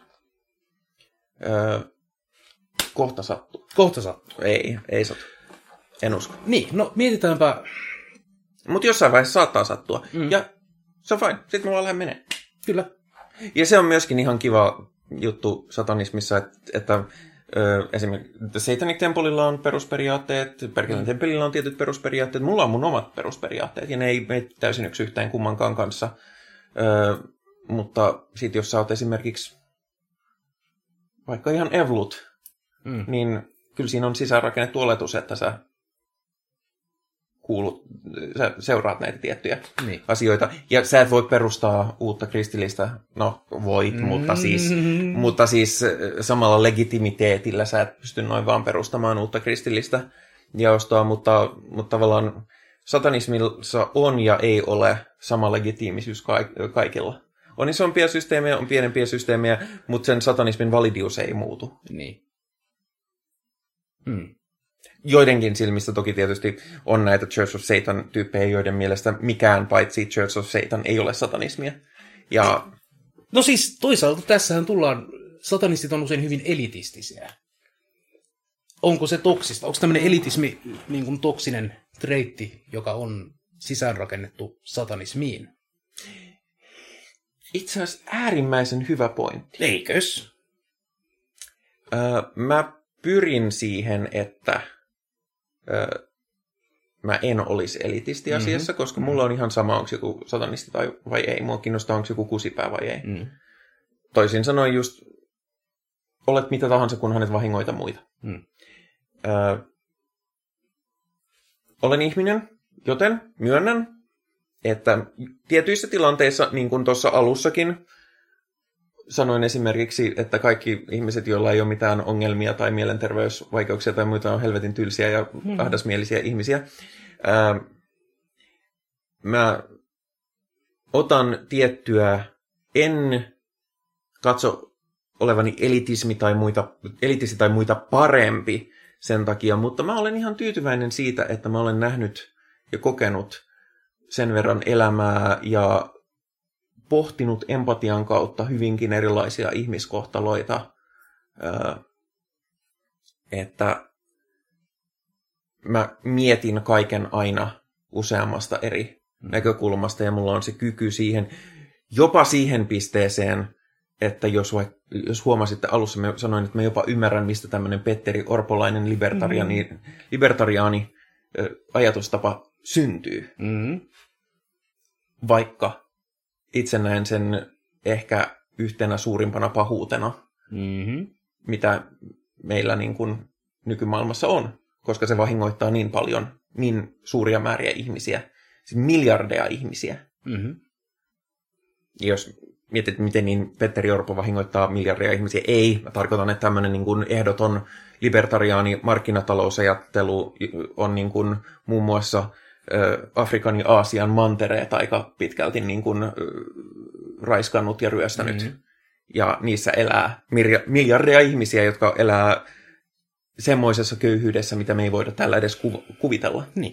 [SPEAKER 2] Kohta sattuu. Ei satu. En usko.
[SPEAKER 3] Niin, no mietitäänpä.
[SPEAKER 2] Mutta jossain vaiheessa saattaa sattua. Ja se on fine. Sitten mulla lähden menee.
[SPEAKER 3] Kyllä.
[SPEAKER 2] Ja se on myöskin ihan kiva juttu satanismissa, että esimerkiksi The Satanic Templeilla on perusperiaatteet, Perkeleen temppelillä on tietyt perusperiaatteet, mulla on mun omat perusperiaatteet, ja ne ei mene täysin yksi yhteen kummankaan kanssa. Mutta sitten jos sä oot esimerkiksi vaikka ihan Evlut, niin kyllä siinä on sisäänrakennettu oletus, että sä seuraat näitä tiettyjä asioita. Ja sä et voi perustaa uutta kristillistä, no voit, mutta siis samalla legitimiteetillä sä et pysty noin vaan perustamaan uutta kristillistä jaostoa, mutta tavallaan satanismissa on ja ei ole sama legitiimisyys kaikilla. On isompia systeemejä, on pienempiä systeemejä, mutta sen satanismin validius ei muutu.
[SPEAKER 3] Niin.
[SPEAKER 2] Joidenkin silmistä toki tietysti on näitä Church of Satan-tyyppejä, joiden mielestä mikään paitsi Church of Satan ei ole satanismia. Ja...
[SPEAKER 3] No siis toisaalta tässähän satanistit on usein hyvin elitistisiä. Onko se toksista? Onko tämmöinen elitismi niin kuin toksinen treitti, joka on sisäänrakennettu satanismiin?
[SPEAKER 2] Itse asiassa äärimmäisen hyvä pointti.
[SPEAKER 3] Eikös?
[SPEAKER 2] Mä pyrin siihen, että mä en olisi elitisti asiassa, koska mulla on ihan sama, onko joku satanisti vai ei. Mua kiinnostaa, onko joku kusipää vai ei. Toisin sanoen just, olet mitä tahansa, kun hänet vahingoita muita. Olen ihminen, joten myönnän, että tietyissä tilanteissa, niin kuin tuossa alussakin, sanoin esimerkiksi, että kaikki ihmiset, joilla ei ole mitään ongelmia tai mielenterveysvaikeuksia tai muita, on helvetin tylsiä ja ahdasmielisiä ihmisiä. Mä otan tiettyä, en katso olevani elitismi tai muita parempi sen takia, mutta mä olen ihan tyytyväinen siitä, että mä olen nähnyt ja kokenut sen verran elämää ja pohtinut empatian kautta hyvinkin erilaisia ihmiskohtaloita, että mä mietin kaiken aina useammasta eri näkökulmasta, ja mulla on se kyky siihen, jopa siihen pisteeseen, että jos huomasitte alussa, mä sanoin, että mä jopa ymmärrän, mistä tämmöinen Petteri Orpolainen libertariaani ajatustapa syntyy. Vaikka itse näen sen ehkä yhtenä suurimpana pahuutena, mitä meillä niin kuin nykymaailmassa on, koska se vahingoittaa niin paljon, niin suuria määriä ihmisiä, siis miljardeja ihmisiä.
[SPEAKER 3] Mm-hmm.
[SPEAKER 2] Jos mietit, miten niin Petteri Orpo vahingoittaa miljardeja ihmisiä, ei. Mä tarkoitan, että tämmöinen niin kuin ehdoton libertariaani markkinatalousajattelu on niin kuin muun muassa Afrikan ja Aasian mantereet aika pitkälti niin kuin raiskannut ja ryöstänyt. Mm-hmm. Ja niissä elää miljardeja ihmisiä, jotka elää semmoisessa köyhyydessä, mitä me ei voida tällä edes kuvitella.
[SPEAKER 3] Niin.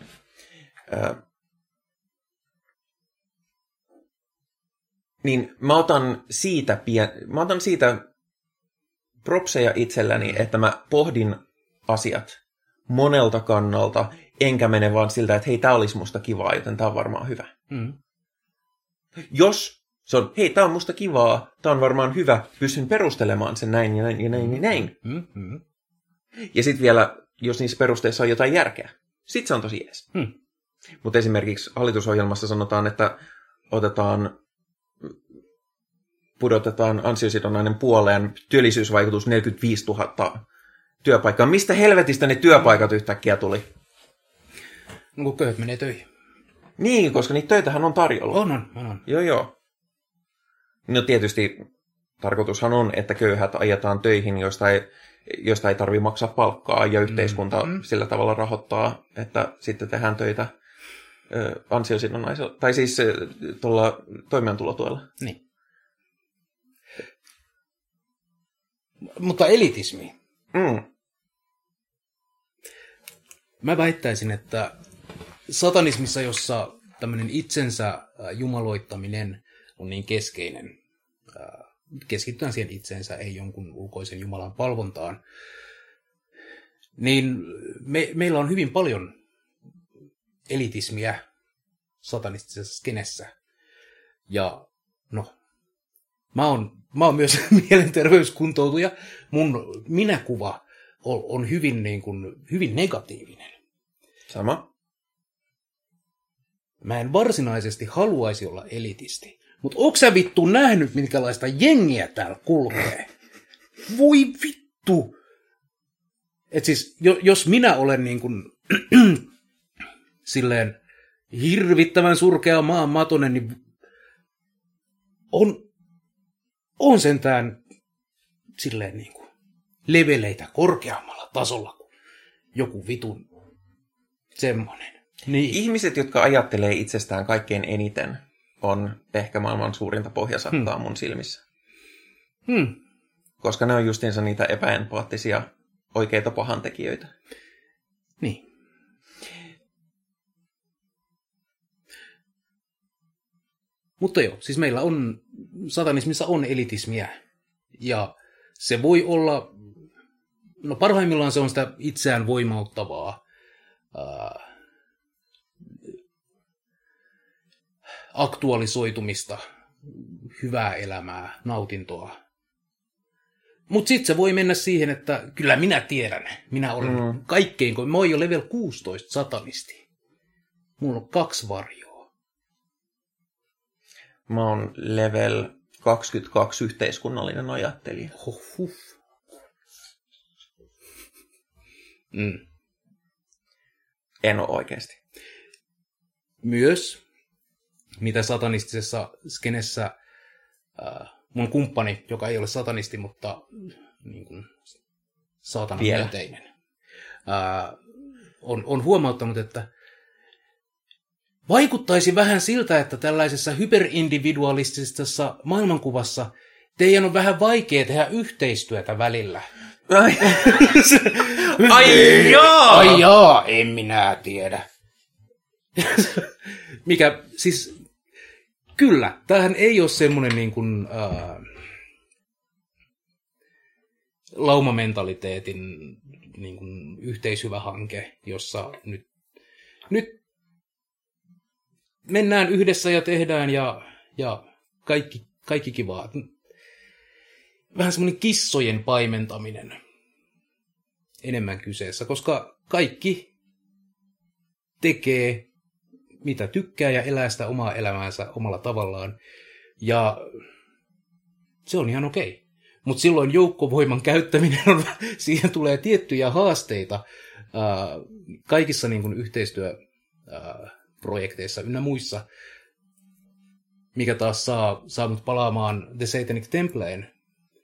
[SPEAKER 2] Niin mä otan siitä propseja itselläni, että mä pohdin asiat monelta kannalta, enkä mene vaan siltä, että hei, tää olisi musta kivaa, joten tää on varmaan hyvä. Mm. Jos se on, hei, tää on musta kivaa, tää on varmaan hyvä, pystyn perustelemaan sen näin ja näin ja näin ja näin. Mm-hmm. Ja sitten vielä, jos niissä perusteissa on jotain järkeä, sit se on tosi jees. Mm. Mutta esimerkiksi hallitusohjelmassa sanotaan, että pudotetaan ansiosidonnainen puoleen, työllisyysvaikutus 45 000 työpaikkaa. Mistä helvetistä ne työpaikat yhtäkkiä tuli?
[SPEAKER 3] No kun köyhät menee töihin.
[SPEAKER 2] Niin, koska niitä töitähän on tarjolla.
[SPEAKER 3] On.
[SPEAKER 2] Joo. No tietysti tarkoitushan on, että köyhät ajetaan töihin, josta ei tarvitse maksaa palkkaa, ja yhteiskunta sillä tavalla rahoittaa, että sitten tehdään töitä ansiosidonnaisella, tai siis tuolla toimeentulotuella.
[SPEAKER 3] Niin. Mutta elitismi. Mä väittäisin, että satanismissa, jossa tämmöinen itsensä jumaloittaminen on niin keskeinen, keskitytään siihen itsensä, ei jonkun ulkoisen Jumalan palvontaan, niin meillä on hyvin paljon elitismiä satanistisessa skenessä. Ja no, mä oon myös mielenterveyskuntoutuja. Mun minäkuva on hyvin negatiivinen.
[SPEAKER 2] Sama.
[SPEAKER 3] Mä en varsinaisesti haluaisi olla elitisti. Mutta onko sä vittu nähnyt, minkälaista jengiä täällä kulkee? Voi vittu! Et siis, jos minä olen niin kuin silleen hirvittävän surkea maanmatonen, niin on sentään silleen niin kuin leveleitä korkeammalla tasolla kuin joku vitun semmonen. Niin.
[SPEAKER 2] Ihmiset, jotka ajattelee itsestään kaikkein eniten, on ehkä maailman suurinta pohjasakkaa mun silmissä. Koska ne on justiinsa niitä epäempaattisia oikeita pahantekijöitä.
[SPEAKER 3] Niin. Mutta joo, siis meillä on, satanismissa on elitismiä. Ja se voi olla, no parhaimmillaan se on sitä itseään voimauttavaa, aktualisoitumista, hyvää elämää, nautintoa. Mutta sitten se voi mennä siihen, että kyllä minä tiedän, minä olen kaikkein, kun mä oon jo level 16 satanisti. Mulla on 2 varjoa.
[SPEAKER 2] Mä oon level 22 yhteiskunnallinen ajattelija. En ole oikeasti.
[SPEAKER 3] Myös, mitä satanistisessa skenessä mun kumppani, joka ei ole satanisti, mutta niin kuin saatanan myönteinen, on huomauttanut, että vaikuttaisi vähän siltä, että tällaisessa hyperindividualistisessa maailmankuvassa teidän on vähän vaikea tehdä yhteistyötä välillä. Ai jaa, en minä tiedä. Mikä siis, kyllä, tämähän ei ole semmoinen niin kuin laumamentaliteetin niin kuin yhteishyvä hanke, jossa nyt mennään yhdessä ja tehdään ja kaikki kivaa. Vähän semmoinen kissojen paimentaminen enemmän kyseessä, koska kaikki tekee mitä tykkää ja elää sitä omaa elämäänsä omalla tavallaan. Ja se on ihan okei. Mutta silloin joukkovoiman käyttäminen siihen tulee tiettyjä haasteita kaikissa niin kuin yhteistyöprojekteissa ynnä muissa, mikä taas saa mut palaamaan The Satanic Templeen,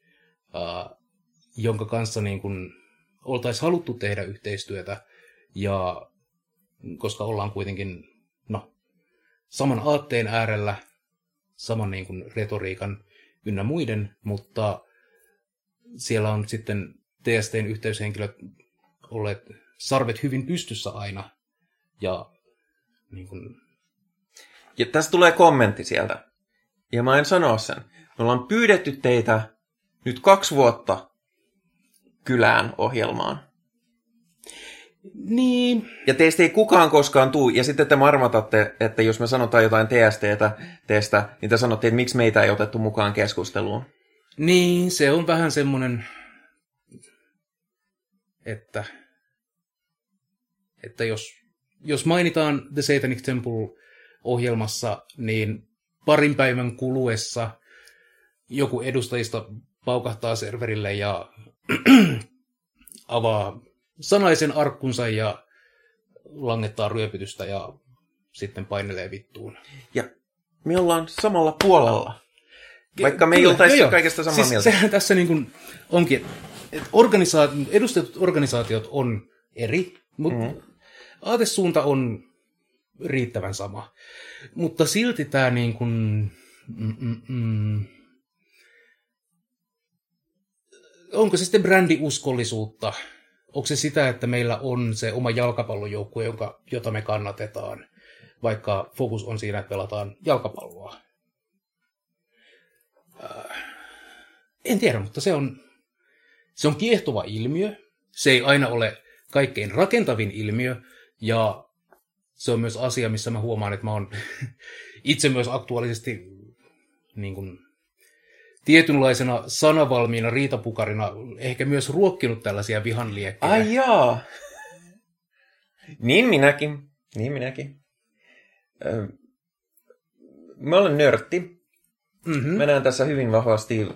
[SPEAKER 3] jonka kanssa niin kuin oltaisiin haluttu tehdä yhteistyötä, ja koska ollaan kuitenkin saman aatteen äärellä, saman niin kuin retoriikan ynnä muiden, mutta siellä on sitten TST:n yhteyshenkilöt olleet sarvet hyvin pystyssä aina. Ja, niin kuin...
[SPEAKER 2] ja tässä tulee kommentti sieltä. Ja mä en sanoa sen. Me ollaan pyydetty teitä nyt 2 vuotta kylään ohjelmaan.
[SPEAKER 3] Niin.
[SPEAKER 2] Ja teistä ei kukaan koskaan tuu. Ja sitten te marmatatte, että jos me sanotaan jotain TST:stä, niin te sanotte, että miksi meitä ei otettu mukaan keskusteluun.
[SPEAKER 3] Niin, se on vähän semmoinen, että jos mainitaan The Satanic Temple-ohjelmassa, niin parin päivän kuluessa joku edustajista paukahtaa serverille ja avaa sanaisen arkkunsa ja langettaa ryöpytystä ja sitten painelee vittuun.
[SPEAKER 2] Ja me ollaan samalla puolella. Vaikka me ei oltaisi kaikesta samaa
[SPEAKER 3] siis
[SPEAKER 2] mieltä.
[SPEAKER 3] Sehän tässä niin kuin onkin, että edustetut organisaatiot on eri, mutta aatesuunta on riittävän sama. Mutta silti tämä niin kuin, onko se sitten brändiuskollisuutta? Onko se sitä, että meillä on se oma jalkapallojoukkue, jota me kannatetaan, vaikka fokus on siinä, että pelataan jalkapalloa? En tiedä, mutta se on kiehtova ilmiö. Se ei aina ole kaikkein rakentavin ilmiö, ja se on myös asia, missä mä huomaan, että mä oon itse myös aktuaalisesti niin kuin, tietynlaisena sanavalmiina riitapukarina ehkä myös ruokkinut tällaisia vihanliekkejä.
[SPEAKER 2] Ai jaa. Niin minäkin. Mä olen nörtti. Mä näen tässä hyvin vahvasti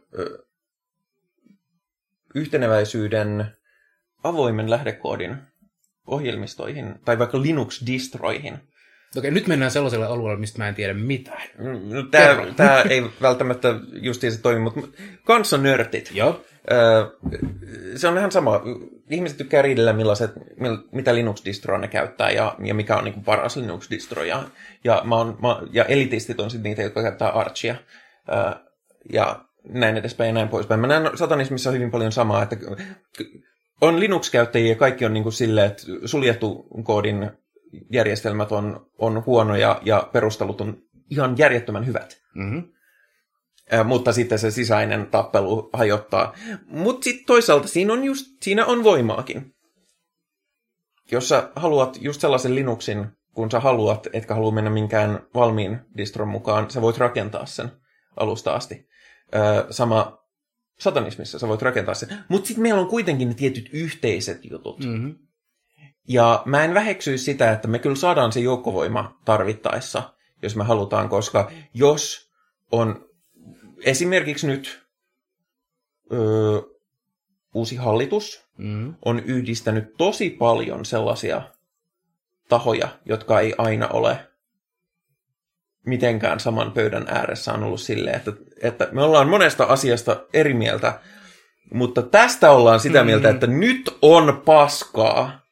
[SPEAKER 2] yhteneväisyyden avoimen lähdekoodin ohjelmistoihin, tai vaikka Linux-distroihin.
[SPEAKER 3] Okei, nyt mennään sellaiselle alueelle, mistä mä en tiedä mitään.
[SPEAKER 2] No, tämä ei välttämättä justiinsa toimi, mutta kanssanörtit.
[SPEAKER 3] Joo.
[SPEAKER 2] Se on ihan sama. Ihmiset tykkää riidellä, mitä Linux-distroa ne käyttää ja mikä on niin kuin paras Linux-distro. Ja elitistit on sitten niitä, jotka käyttää Archia. Ja näin edespäin ja näin poispäin. Mä näen satanismissa hyvin paljon samaa, että on Linux-käyttäjiä ja kaikki on niin kuin silleen, että suljettu koodin järjestelmät on huonoja ja perustelut on ihan järjettömän hyvät. Mutta sitten se sisäinen tappelu hajottaa. Mutta sitten toisaalta siinä on voimaakin. Jos sä haluat just sellaisen Linuxin, kun sä haluat, etkä halua mennä minkään valmiin distron mukaan, sä voit rakentaa sen alusta asti. Sama satanismissa, sä voit rakentaa sen. Mutta sitten meillä on kuitenkin ne tietyt yhteiset jutut. Ja mä en väheksyisi sitä, että me kyllä saadaan se joukkovoima tarvittaessa, jos me halutaan, koska jos on esimerkiksi nyt uusi hallitus on yhdistänyt tosi paljon sellaisia tahoja, jotka ei aina ole mitenkään saman pöydän ääressä, on ollut silleen, että me ollaan monesta asiasta eri mieltä, mutta tästä ollaan sitä mieltä, että nyt on paskaa.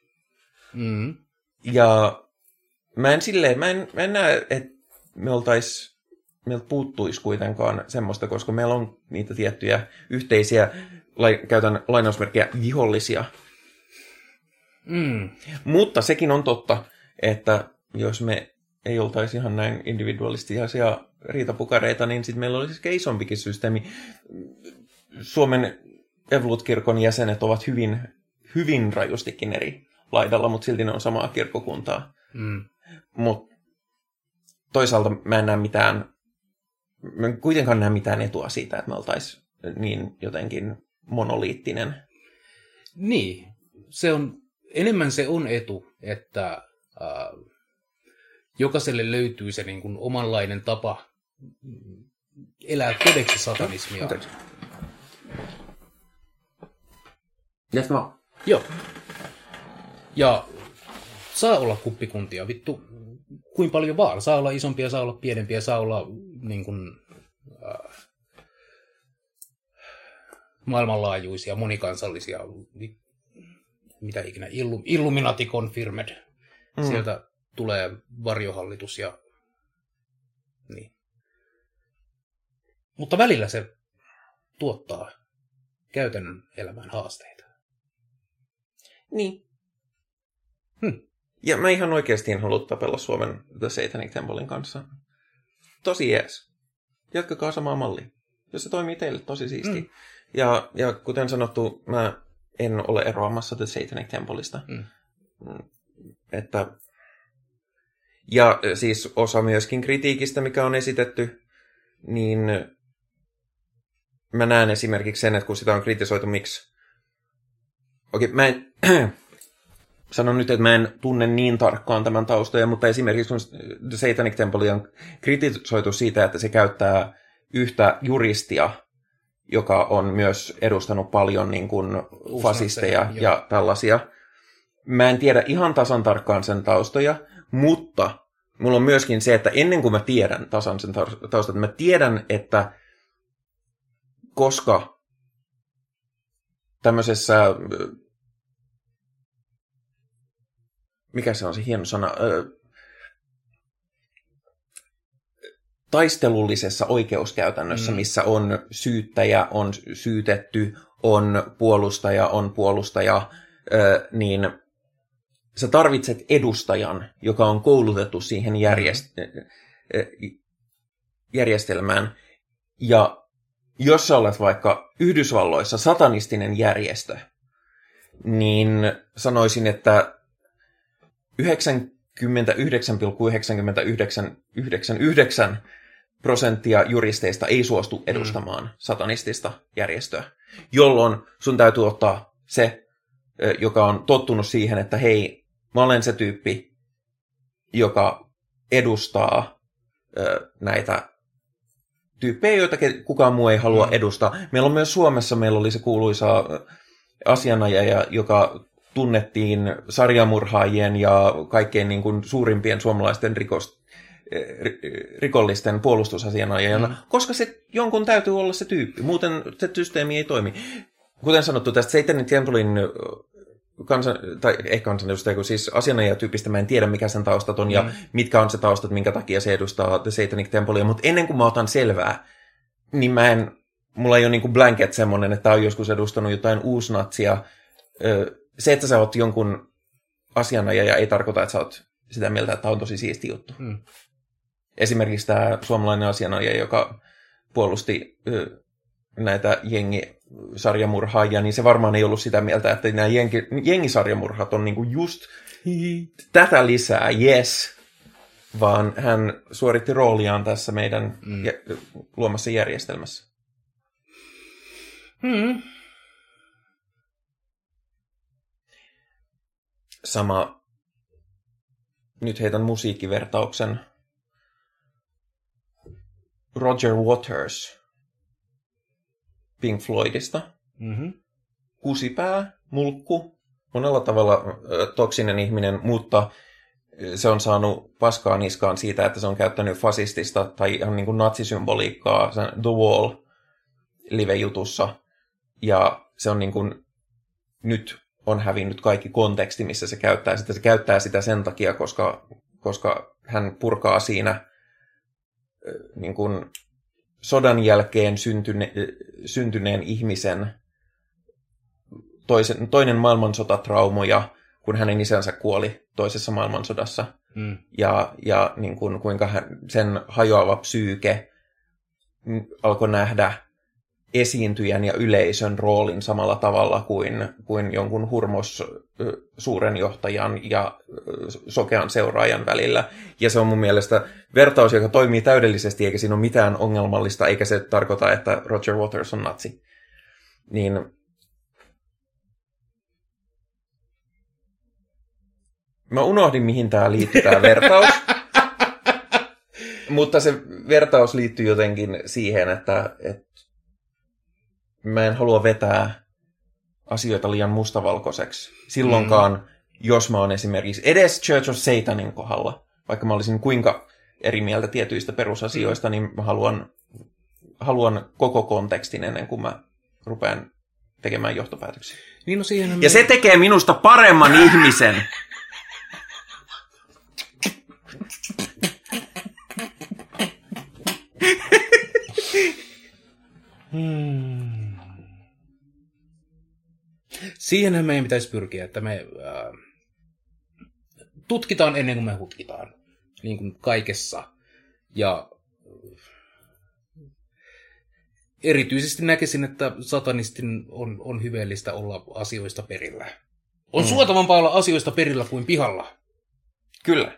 [SPEAKER 2] Ja mä en näe, että meiltä puuttuisi kuitenkaan semmoista, koska meillä on niitä tiettyjä yhteisiä, käytän lainausmerkkejä, vihollisia. Mutta sekin on totta, että jos me ei oltaisi ihan näin individualistisia riitapukareita, niin sitten meillä olisi ehkä isompikin systeemi. Suomen Evolut-kirkon jäsenet ovat hyvin, hyvin rajustikin eri laidalla, mutta silti ne on samaa kirkkokuntaa. Mutta toisaalta mä en kuitenkaan näe mitään etua siitä, että me oltaisiin niin jotenkin monoliittinen.
[SPEAKER 3] Niin, enemmän se on etu, että jokaiselle löytyy se niin kuin omanlainen tapa elää todeksi satanismia.
[SPEAKER 2] Jatka vaan.
[SPEAKER 3] Joo. Ja saa olla kuppikuntia, vittu, kuin paljon vaan. Saa olla isompia, saa olla pienempiä, saa olla niin kuin, maailmanlaajuisia, monikansallisia, mitä ikinä, Illuminati confirmed. Sieltä tulee varjohallitus ja niin. Mutta välillä se tuottaa käytännön elämän haasteita.
[SPEAKER 2] Niin. Ja mä ihan oikeasti en halua tapella Suomen The Satanic Templein kanssa. Tosi jees. Jatkakaa samaa mallia. Jos se toimii teille, tosi siisti. Ja kuten sanottu, mä en ole eroamassa The Satanic Templeista. Että... Ja siis osa myöskin kritiikistä, mikä on esitetty, niin mä näen esimerkiksi sen, että kun sitä on kritisoitu, miksi... Okei, mä en... Sanon nyt, että mä en tunne niin tarkkaan tämän taustoja, mutta esimerkiksi kun The Satanic Temple on kritisoitu siitä, että se käyttää yhtä juristia, joka on myös edustanut paljon niin kuin fasisteja ja tällaisia. Mä en tiedä ihan tasan tarkkaan sen taustoja, mutta mulla on myöskin se, että ennen kuin mä tiedän tasan sen taustat, mä tiedän, että koska tämmöisessä... Mikä se on se hieno sana? Taistelullisessa oikeuskäytännössä, missä on syyttäjä, on syytetty, on puolustaja, niin sä tarvitset edustajan, joka on koulutettu siihen järjestelmään. Ja jos sä olet vaikka Yhdysvalloissa satanistinen järjestö, niin sanoisin, että 99,9999% juristeista ei suostu edustamaan satanistista järjestöä, jolloin sun täytyy ottaa se, joka on tottunut siihen, että hei, mä olen se tyyppi, joka edustaa näitä tyyppejä, joita kukaan muu ei halua edustaa. Meillä on myös Suomessa, meillä oli se kuuluisa asianajaja, joka tunnettiin sarjamurhaajien ja kaikkein niin kuin suurimpien suomalaisten rikollisten puolustusasianajajana, koska se jonkun täytyy olla se tyyppi, muuten se systeemi ei toimi. Kuten sanottu, tästä Satanic Templein kansanedustaja, kun siis asianajatyypistä mä en tiedä, mikä sen taustat on ja mitkä on se taustat, minkä takia se edustaa The Satanic Templea, mutta ennen kuin mä otan selvää, niin mulla ei ole niin kuin blanket semmoinen, että tää on joskus edustanut jotain uusnatsia. Se, että sä oot jonkun asianajaja, ei tarkoita, että sä oot sitä mieltä, että tämä on tosi siisti juttu. Esimerkiksi tämä suomalainen asianajaja, joka puolusti näitä jengisarjamurhaajia, niin se varmaan ei ollut sitä mieltä, että nämä jengisarjamurhat on niinku just tätä lisää, yes, vaan hän suoritti rooliaan tässä meidän luomassa järjestelmässä. Sama, nyt heitän musiikkivertauksen. Roger Waters Pink Floydista. Kusipää, mulkku, monella tavalla toksinen ihminen, mutta se on saanut paskaa niskaan siitä, että se on käyttänyt fasistista tai ihan niin kuin natsisymboliikkaa The Wall live-jutussa. Ja se on niin kuin nyt on hävinnyt kaikki konteksti, missä se käyttää sitä. Se käyttää sitä sen takia, koska hän purkaa siinä niin kuin sodan jälkeen syntyneen ihmisen toinen maailmansotatraumoja, kun hänen isänsä kuoli toisessa maailmansodassa. Ja niin kuin, kuinka sen hajoava psyyke alkoi nähdä esiintyjän ja yleisön roolin samalla tavalla kuin jonkun hurmos suuren johtajan ja sokean seuraajan välillä. Ja se on mun mielestä vertaus, joka toimii täydellisesti, eikä siinä ole mitään ongelmallista, eikä se tarkoita, että Roger Waters on natsi. Niin mä unohdin, mihin tää liittyy, tää vertaus. Mutta se vertaus liittyy jotenkin siihen, että mä en halua vetää asioita liian mustavalkoiseksi. Silloinkaan, jos mä oon esimerkiksi edes Church of Satanin kohdalla, vaikka mä olisin kuinka eri mieltä tietyistä perusasioista, niin mä haluan koko kontekstin ennen kuin mä rupean tekemään johtopäätöksiä.
[SPEAKER 3] Niin no siihen
[SPEAKER 2] ja se tekee minusta paremman ihmisen.
[SPEAKER 3] Siihenhän meidän pitäisi pyrkiä, että me tutkitaan ennen kuin me hutkitaan. Niin kuin kaikessa. Ja erityisesti näkisin, että satanistin on hyveellistä olla asioista perillä. On suotavampaa olla asioista perillä kuin pihalla.
[SPEAKER 2] Kyllä.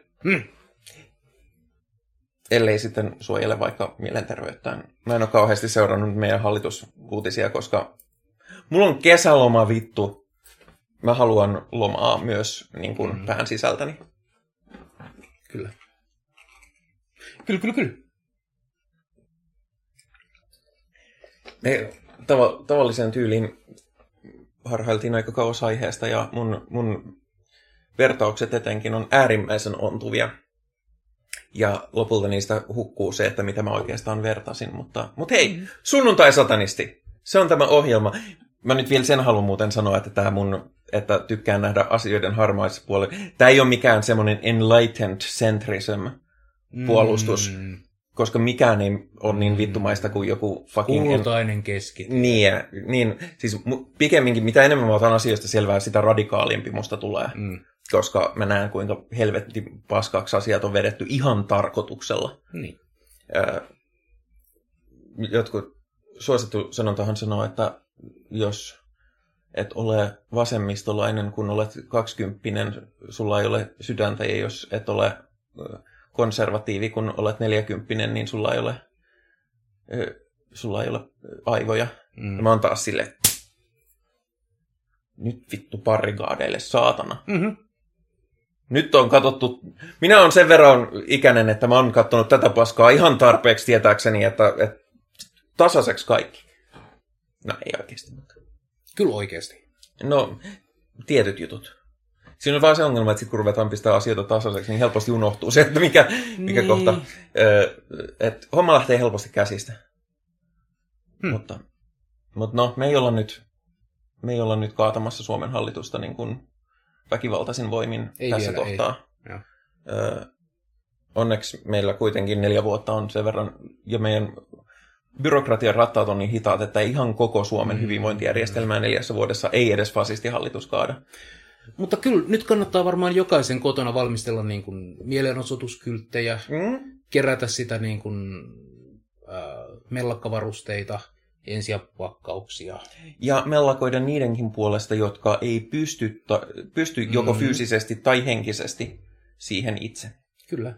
[SPEAKER 2] Ellei sitten suojele vaikka mielenterveyttään. Mä en ole kauheasti seurannut meidän hallitusuutisia, koska mulla on kesäloma vittu. Mä haluan lomaa myös niin kuin pään sisältäni.
[SPEAKER 3] Kyllä. Kyllä.
[SPEAKER 2] Me tavalliseen tyyliin harhailtiin aika kauas aiheesta ja mun vertaukset etenkin on äärimmäisen ontuvia. Ja lopulta niistä hukkuu se, että mitä mä oikeastaan vertasin. Mutta hei, sunnuntai-satanisti. Se on tämä ohjelma. Mä nyt vielä sen haluan muuten sanoa, että että tykkään nähdä asioiden harmaissa puolella. Tämä ei ole mikään semmoinen enlightened centrism puolustus, koska mikään ei ole niin vittumaista kuin joku fucking...
[SPEAKER 3] Kultainen keskitie.
[SPEAKER 2] Niin, siis pikemminkin mitä enemmän mä otan asioista selvää, sitä radikaalimpi musta tulee. Koska mä näen, kuinka helvetti paskaksi asiat on vedetty ihan tarkoituksella.
[SPEAKER 3] Niin.
[SPEAKER 2] Jotkut suosittu sanontahan sanoo, että jos et ole vasemmistolainen, kun olet 20, sulla ei ole sydäntä, ja jos et ole konservatiivi, kun olet 40, niin sulla ei ole aivoja. Ja mä oon taas silleen, nyt vittu parrigaadeille, saatana. Nyt on katsottu, minä olen sen verran ikäinen, että mä oon katsonut tätä paskaa ihan tarpeeksi tietääkseni, että tasaiseksi kaikki. No ei oikeasti, mutta...
[SPEAKER 3] Kyllä oikeasti.
[SPEAKER 2] No, tietyt jutut. Siinä on vaan se ongelma, että sitten kun ruvetaan pistää asioita tasaiseksi, niin helposti unohtuu se, että mikä kohta. Että homma lähtee helposti käsistä. Mutta no, me ei olla nyt kaatamassa Suomen hallitusta niin kuin väkivaltaisin voimin
[SPEAKER 3] ei
[SPEAKER 2] tässä
[SPEAKER 3] vielä,
[SPEAKER 2] kohtaa. Onneksi meillä kuitenkin 4 vuotta on sen verran, ja meidän byrokratian rattaat on niin hitaat, että ihan koko Suomen hyvinvointijärjestelmää 4 vuodessa ei edes fasistihallitus kaada.
[SPEAKER 3] Mutta kyllä, nyt kannattaa varmaan jokaisen kotona valmistella niin kuin mielenosoituskylttejä, kerätä sitä niin kuin, mellakkavarusteita, ensiapupakkauksia.
[SPEAKER 2] Ja mellakoida niidenkin puolesta, jotka ei pysty joko fyysisesti tai henkisesti siihen itse.
[SPEAKER 3] Kyllä.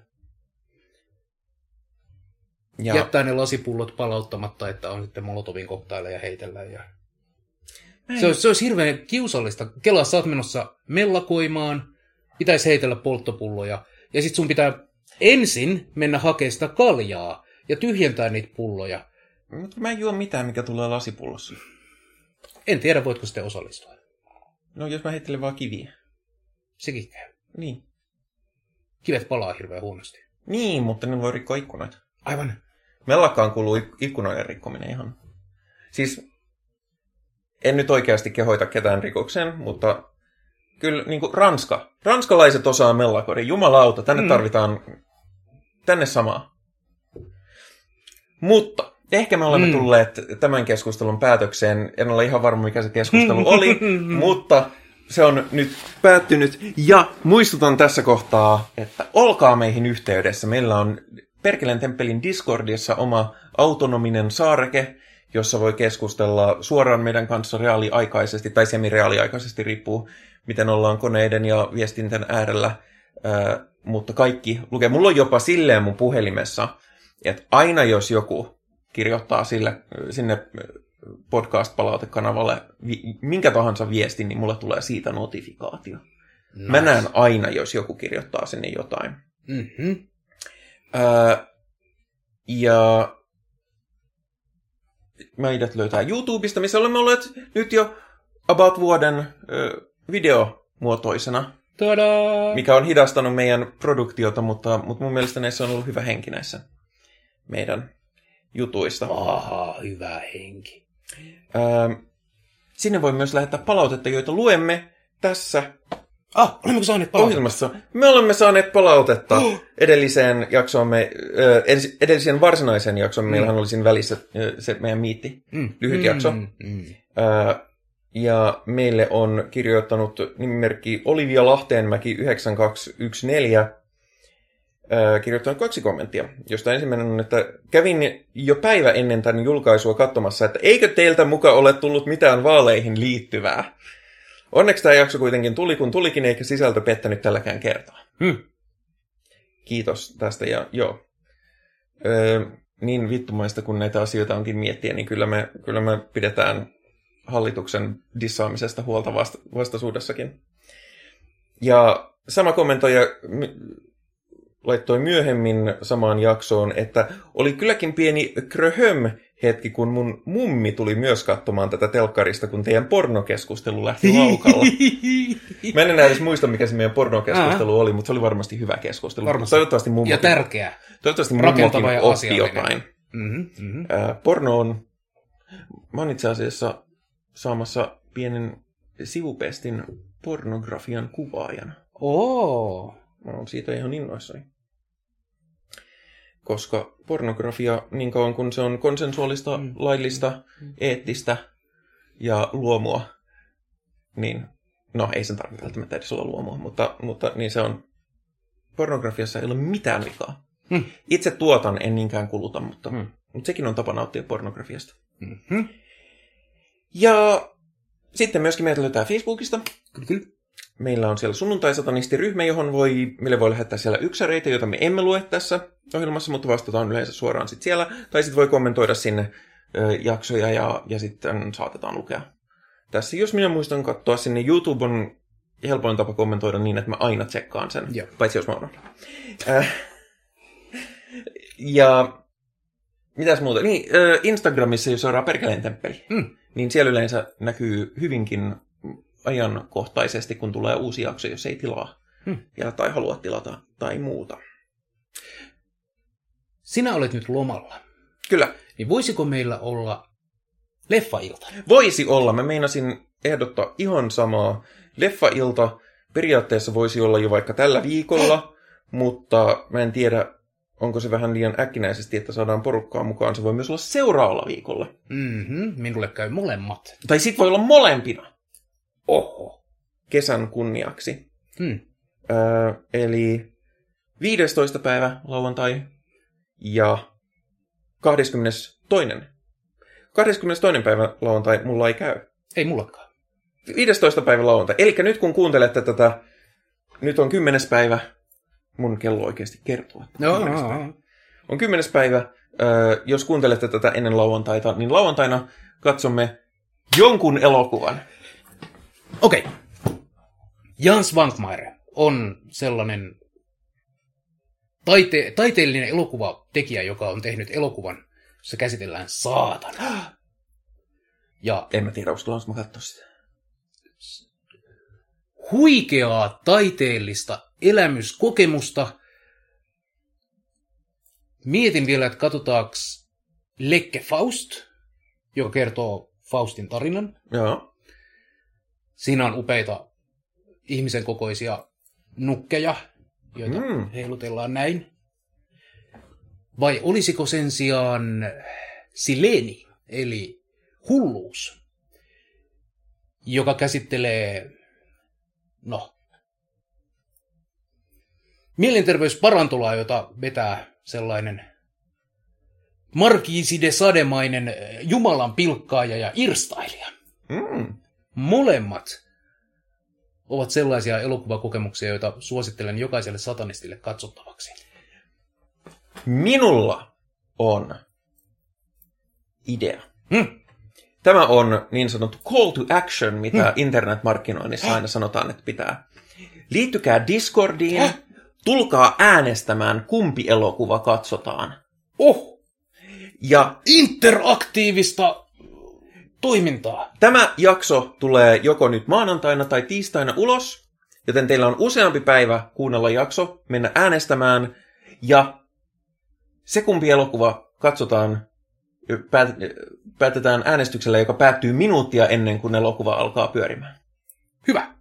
[SPEAKER 2] Ja...
[SPEAKER 3] Jättää ne lasipullot palauttamatta, että on sitten Molotovin koktaileja heitellään. Ja... Se olisi hirveän kiusallista. Kelaa, sä oot menossa mellakoimaan, pitäisi heitellä polttopulloja, ja sitten sun pitää ensin mennä hakemaan sitä kaljaa ja tyhjentää niitä pulloja.
[SPEAKER 2] Mutta mä en juo mitään, mikä tulee lasipullossa.
[SPEAKER 3] En tiedä, voitko sitten osallistua.
[SPEAKER 2] No, jos mä heittelen vaan kiviä.
[SPEAKER 3] Sekin käy.
[SPEAKER 2] Niin.
[SPEAKER 3] Kivet palaa hirveän huonosti.
[SPEAKER 2] Niin, mutta ne voi rikkoa ikkunoita.
[SPEAKER 3] Aivan.
[SPEAKER 2] Mellakkaan kuuluu ikkunoiden rikkominen ihan. Siis, en nyt oikeasti kehoita ketään rikokseen, mutta kyllä niin kuin ranskalaiset osaa mellakoida. Jumalauta, tänne tarvitaan tänne samaa. Mutta ehkä me olemme tulleet tämän keskustelun päätökseen. En ole ihan varma, mikä se keskustelu oli, mutta se on nyt päättynyt. Ja muistutan tässä kohtaa, että olkaa meihin yhteydessä. Meillä on Perkeleen temppelin Discordissa oma autonominen saareke, jossa voi keskustella suoraan meidän kanssa reaaliaikaisesti tai semireaaliaikaisesti, riippuu miten ollaan koneiden ja viestintän äärellä. Mutta kaikki lukee. Mulla on jopa silleen mun puhelimessa, että aina jos joku kirjoittaa sinne podcast-palautekanavalle minkä tahansa viestin, niin mulle tulee siitä notifikaatio. Nice. Mä näen aina, jos joku kirjoittaa sinne jotain. Ja meidät löytää YouTubesta, missä olemme olleet nyt jo about vuoden videomuotoisena,
[SPEAKER 3] Tadaa!
[SPEAKER 2] mikä on hidastanut meidän produktiota, mutta mun mielestä näissä on ollut hyvä henki näissä meidän jutuista.
[SPEAKER 3] Aha, hyvä henki.
[SPEAKER 2] Sinne voi myös lähettää palautetta, joita luemme tässä
[SPEAKER 3] Olemmeko saaneet palautetta?
[SPEAKER 2] ohjelmassa. Me olemme saaneet palautetta edelliseen jaksoamme, edellisen varsinaisen jakson. Meillähän oli siinä välissä se meidän lyhyt jakso. Ja meille on kirjoittanut nimimerkki Olivia Lahteenmäki 9214, kirjoittanut 2 kommenttia, josta ensimmäinen on, että kävin jo päivä ennen tämän julkaisua katsomassa, että eikö teiltä muka ole tullut mitään vaaleihin liittyvää. Onneksi tämä jakso kuitenkin tuli, kun tulikin, eikä sisältö pettänyt tälläkään kertaa. Kiitos tästä, ja joo. Niin vittumaista, kun näitä asioita onkin miettiä, niin kyllä me pidetään hallituksen dissaamisesta huolta vastaisuudessakin. Ja sama kommentoija laittoi myöhemmin samaan jaksoon, että oli kylläkin pieni kröhöm hetki, kun mun mummi tuli myös katsomaan tätä telkkarista, kun teidän pornokeskustelu lähti laukalla. Mä en enää edes muista, mikä se meidän pornokeskustelu oli, mutta se oli varmasti hyvä keskustelu. Toivottavasti mummokin,
[SPEAKER 3] ja tärkeä.
[SPEAKER 2] Toivottavasti mummokin oppi jotain. Porno on... Mä oon itse asiassa saamassa pienen sivupestin pornografian kuvaajana. Mä oon siitä ihan innoissani. Koska pornografia, niin kauan kun se on konsensuaalista, laillista, eettistä ja luomua, niin, no ei sen tarvitse välttämättä edes olla luomua, mutta niin se on, pornografiassa ei ole mitään vikaa. Itse tuotan, en niinkään kuluta, mutta sekin on tapa nauttia pornografiasta. Ja sitten myöskin meitä löytää Facebookista.
[SPEAKER 3] Kyllä.
[SPEAKER 2] Meillä on siellä sunnuntai-satanisti-ryhmä, johon meille voi lähettää siellä yksäreitä, joita me emme lue tässä ohjelmassa, mutta vastataan yleensä suoraan sitten siellä. Tai sitten voi kommentoida sinne jaksoja ja sitten saatetaan lukea tässä. Jos minä muistan katsoa sinne, YouTube on helpoin tapa kommentoida niin, että mä aina tsekkaan sen, paitsi jos mä unohdan. Ja mitäs muuta? Niin, Instagramissa, jos seuraa Perkeleen temppeli, niin siellä yleensä näkyy hyvinkin ajankohtaisesti, kun tulee uusi jakso, jos ei tilaa tai halua tilata tai muuta.
[SPEAKER 3] Sinä olet nyt lomalla.
[SPEAKER 2] Kyllä.
[SPEAKER 3] Niin voisiko meillä olla leffailta?
[SPEAKER 2] Voisi olla. Mä meinasin ehdottaa ihan samaa. Leffailta periaatteessa voisi olla jo vaikka tällä viikolla, mutta mä en tiedä, onko se vähän liian äkkinäisesti, että saadaan porukkaa mukaan. Se voi myös olla seuraavalla viikolla.
[SPEAKER 3] Minulle käy molemmat.
[SPEAKER 2] Tai sit voi olla molempina.
[SPEAKER 3] Oho.
[SPEAKER 2] Kesän kunniaksi. Eli 15. päivä lauantai ja 22. 22. päivä lauantai mulla ei käy.
[SPEAKER 3] Ei mullakaan.
[SPEAKER 2] 15. päivä lauantai. Eli nyt kun kuuntelette tätä, nyt on 10. päivä. Mun kello oikeasti kertoo. On 10. päivä. Jos kuuntelette tätä ennen lauantaita, niin lauantaina katsomme jonkun elokuvan.
[SPEAKER 3] Okei. Jan Svankmajer on sellainen taiteellinen elokuvatekijä, joka on tehnyt elokuvan, jossa käsitellään saatanaa. Ja
[SPEAKER 2] en mä tiedä, uskallanko mä katsoa sitä.
[SPEAKER 3] Huikeaa taiteellista elämyskokemusta. Mietin vielä, että katsotaanko Lekke Faust, joka kertoo Faustin tarinan.
[SPEAKER 2] Joo.
[SPEAKER 3] Siinä on upeita ihmisen kokoisia nukkeja, joita heilutellaan näin. Vai olisiko sen sijaan Sileni, eli hulluus, joka käsittelee, mielenterveysparantolaa, jota vetää sellainen Markiisi de Sademainen Jumalan pilkkaaja ja irstailija. Molemmat ovat sellaisia elokuvakokemuksia, joita suosittelen jokaiselle satanistille katsottavaksi.
[SPEAKER 2] Minulla on idea. Tämä on niin sanottu call to action, mitä internetmarkkinoinnissa aina sanotaan, että pitää. Liittykää Discordiin, tulkaa äänestämään, kumpi elokuva katsotaan.
[SPEAKER 3] Ja interaktiivista toimintaa.
[SPEAKER 2] Tämä jakso tulee joko nyt maanantaina tai tiistaina ulos, joten teillä on useampi päivä kuunnella jakso, mennä äänestämään, ja se kumpi elokuva katsotaan, päätetään äänestyksellä, joka päättyy minuuttia ennen kuin elokuva alkaa pyörimään.
[SPEAKER 3] Hyvä.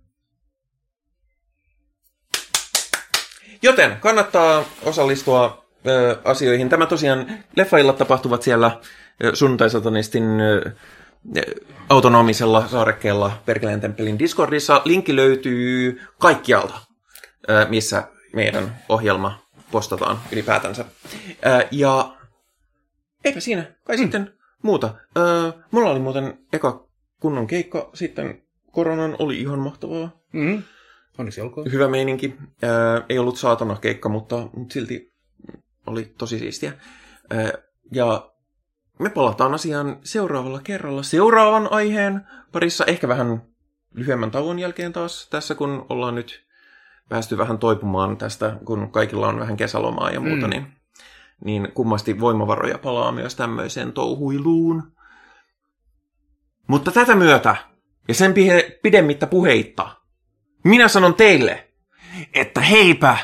[SPEAKER 2] Joten kannattaa osallistua asioihin. Tämä tosiaan leffaillat tapahtuvat siellä sunnuntai-satanistin autonomisella saarekkeella Perkeleen temppelin Discordissa. Linkki löytyy kaikkialta, missä meidän ohjelma postataan ylipäätänsä. Ja eipä siinä, kai sitten muuta. Mulla oli muuten eka kunnon keikka, sitten koronan oli ihan mahtavaa.
[SPEAKER 3] Mm-hmm. Onneksi olkoon.
[SPEAKER 2] Hyvä meininki. Ei ollut saatana keikka, mutta silti oli tosi siistiä. Ja me palataan asiaan seuraavalla kerralla seuraavan aiheen parissa, ehkä vähän lyhyemmän tauon jälkeen taas tässä, kun ollaan nyt päästy vähän toipumaan tästä, kun kaikilla on vähän kesälomaa ja muuta, niin kummasti voimavaroja palaa myös tämmöiseen touhuiluun. Mutta tätä myötä, ja sen pidemmittä puheitta, minä sanon teille, että heipä!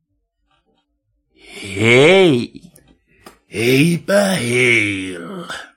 [SPEAKER 2] Hei!
[SPEAKER 3] Heipä heil!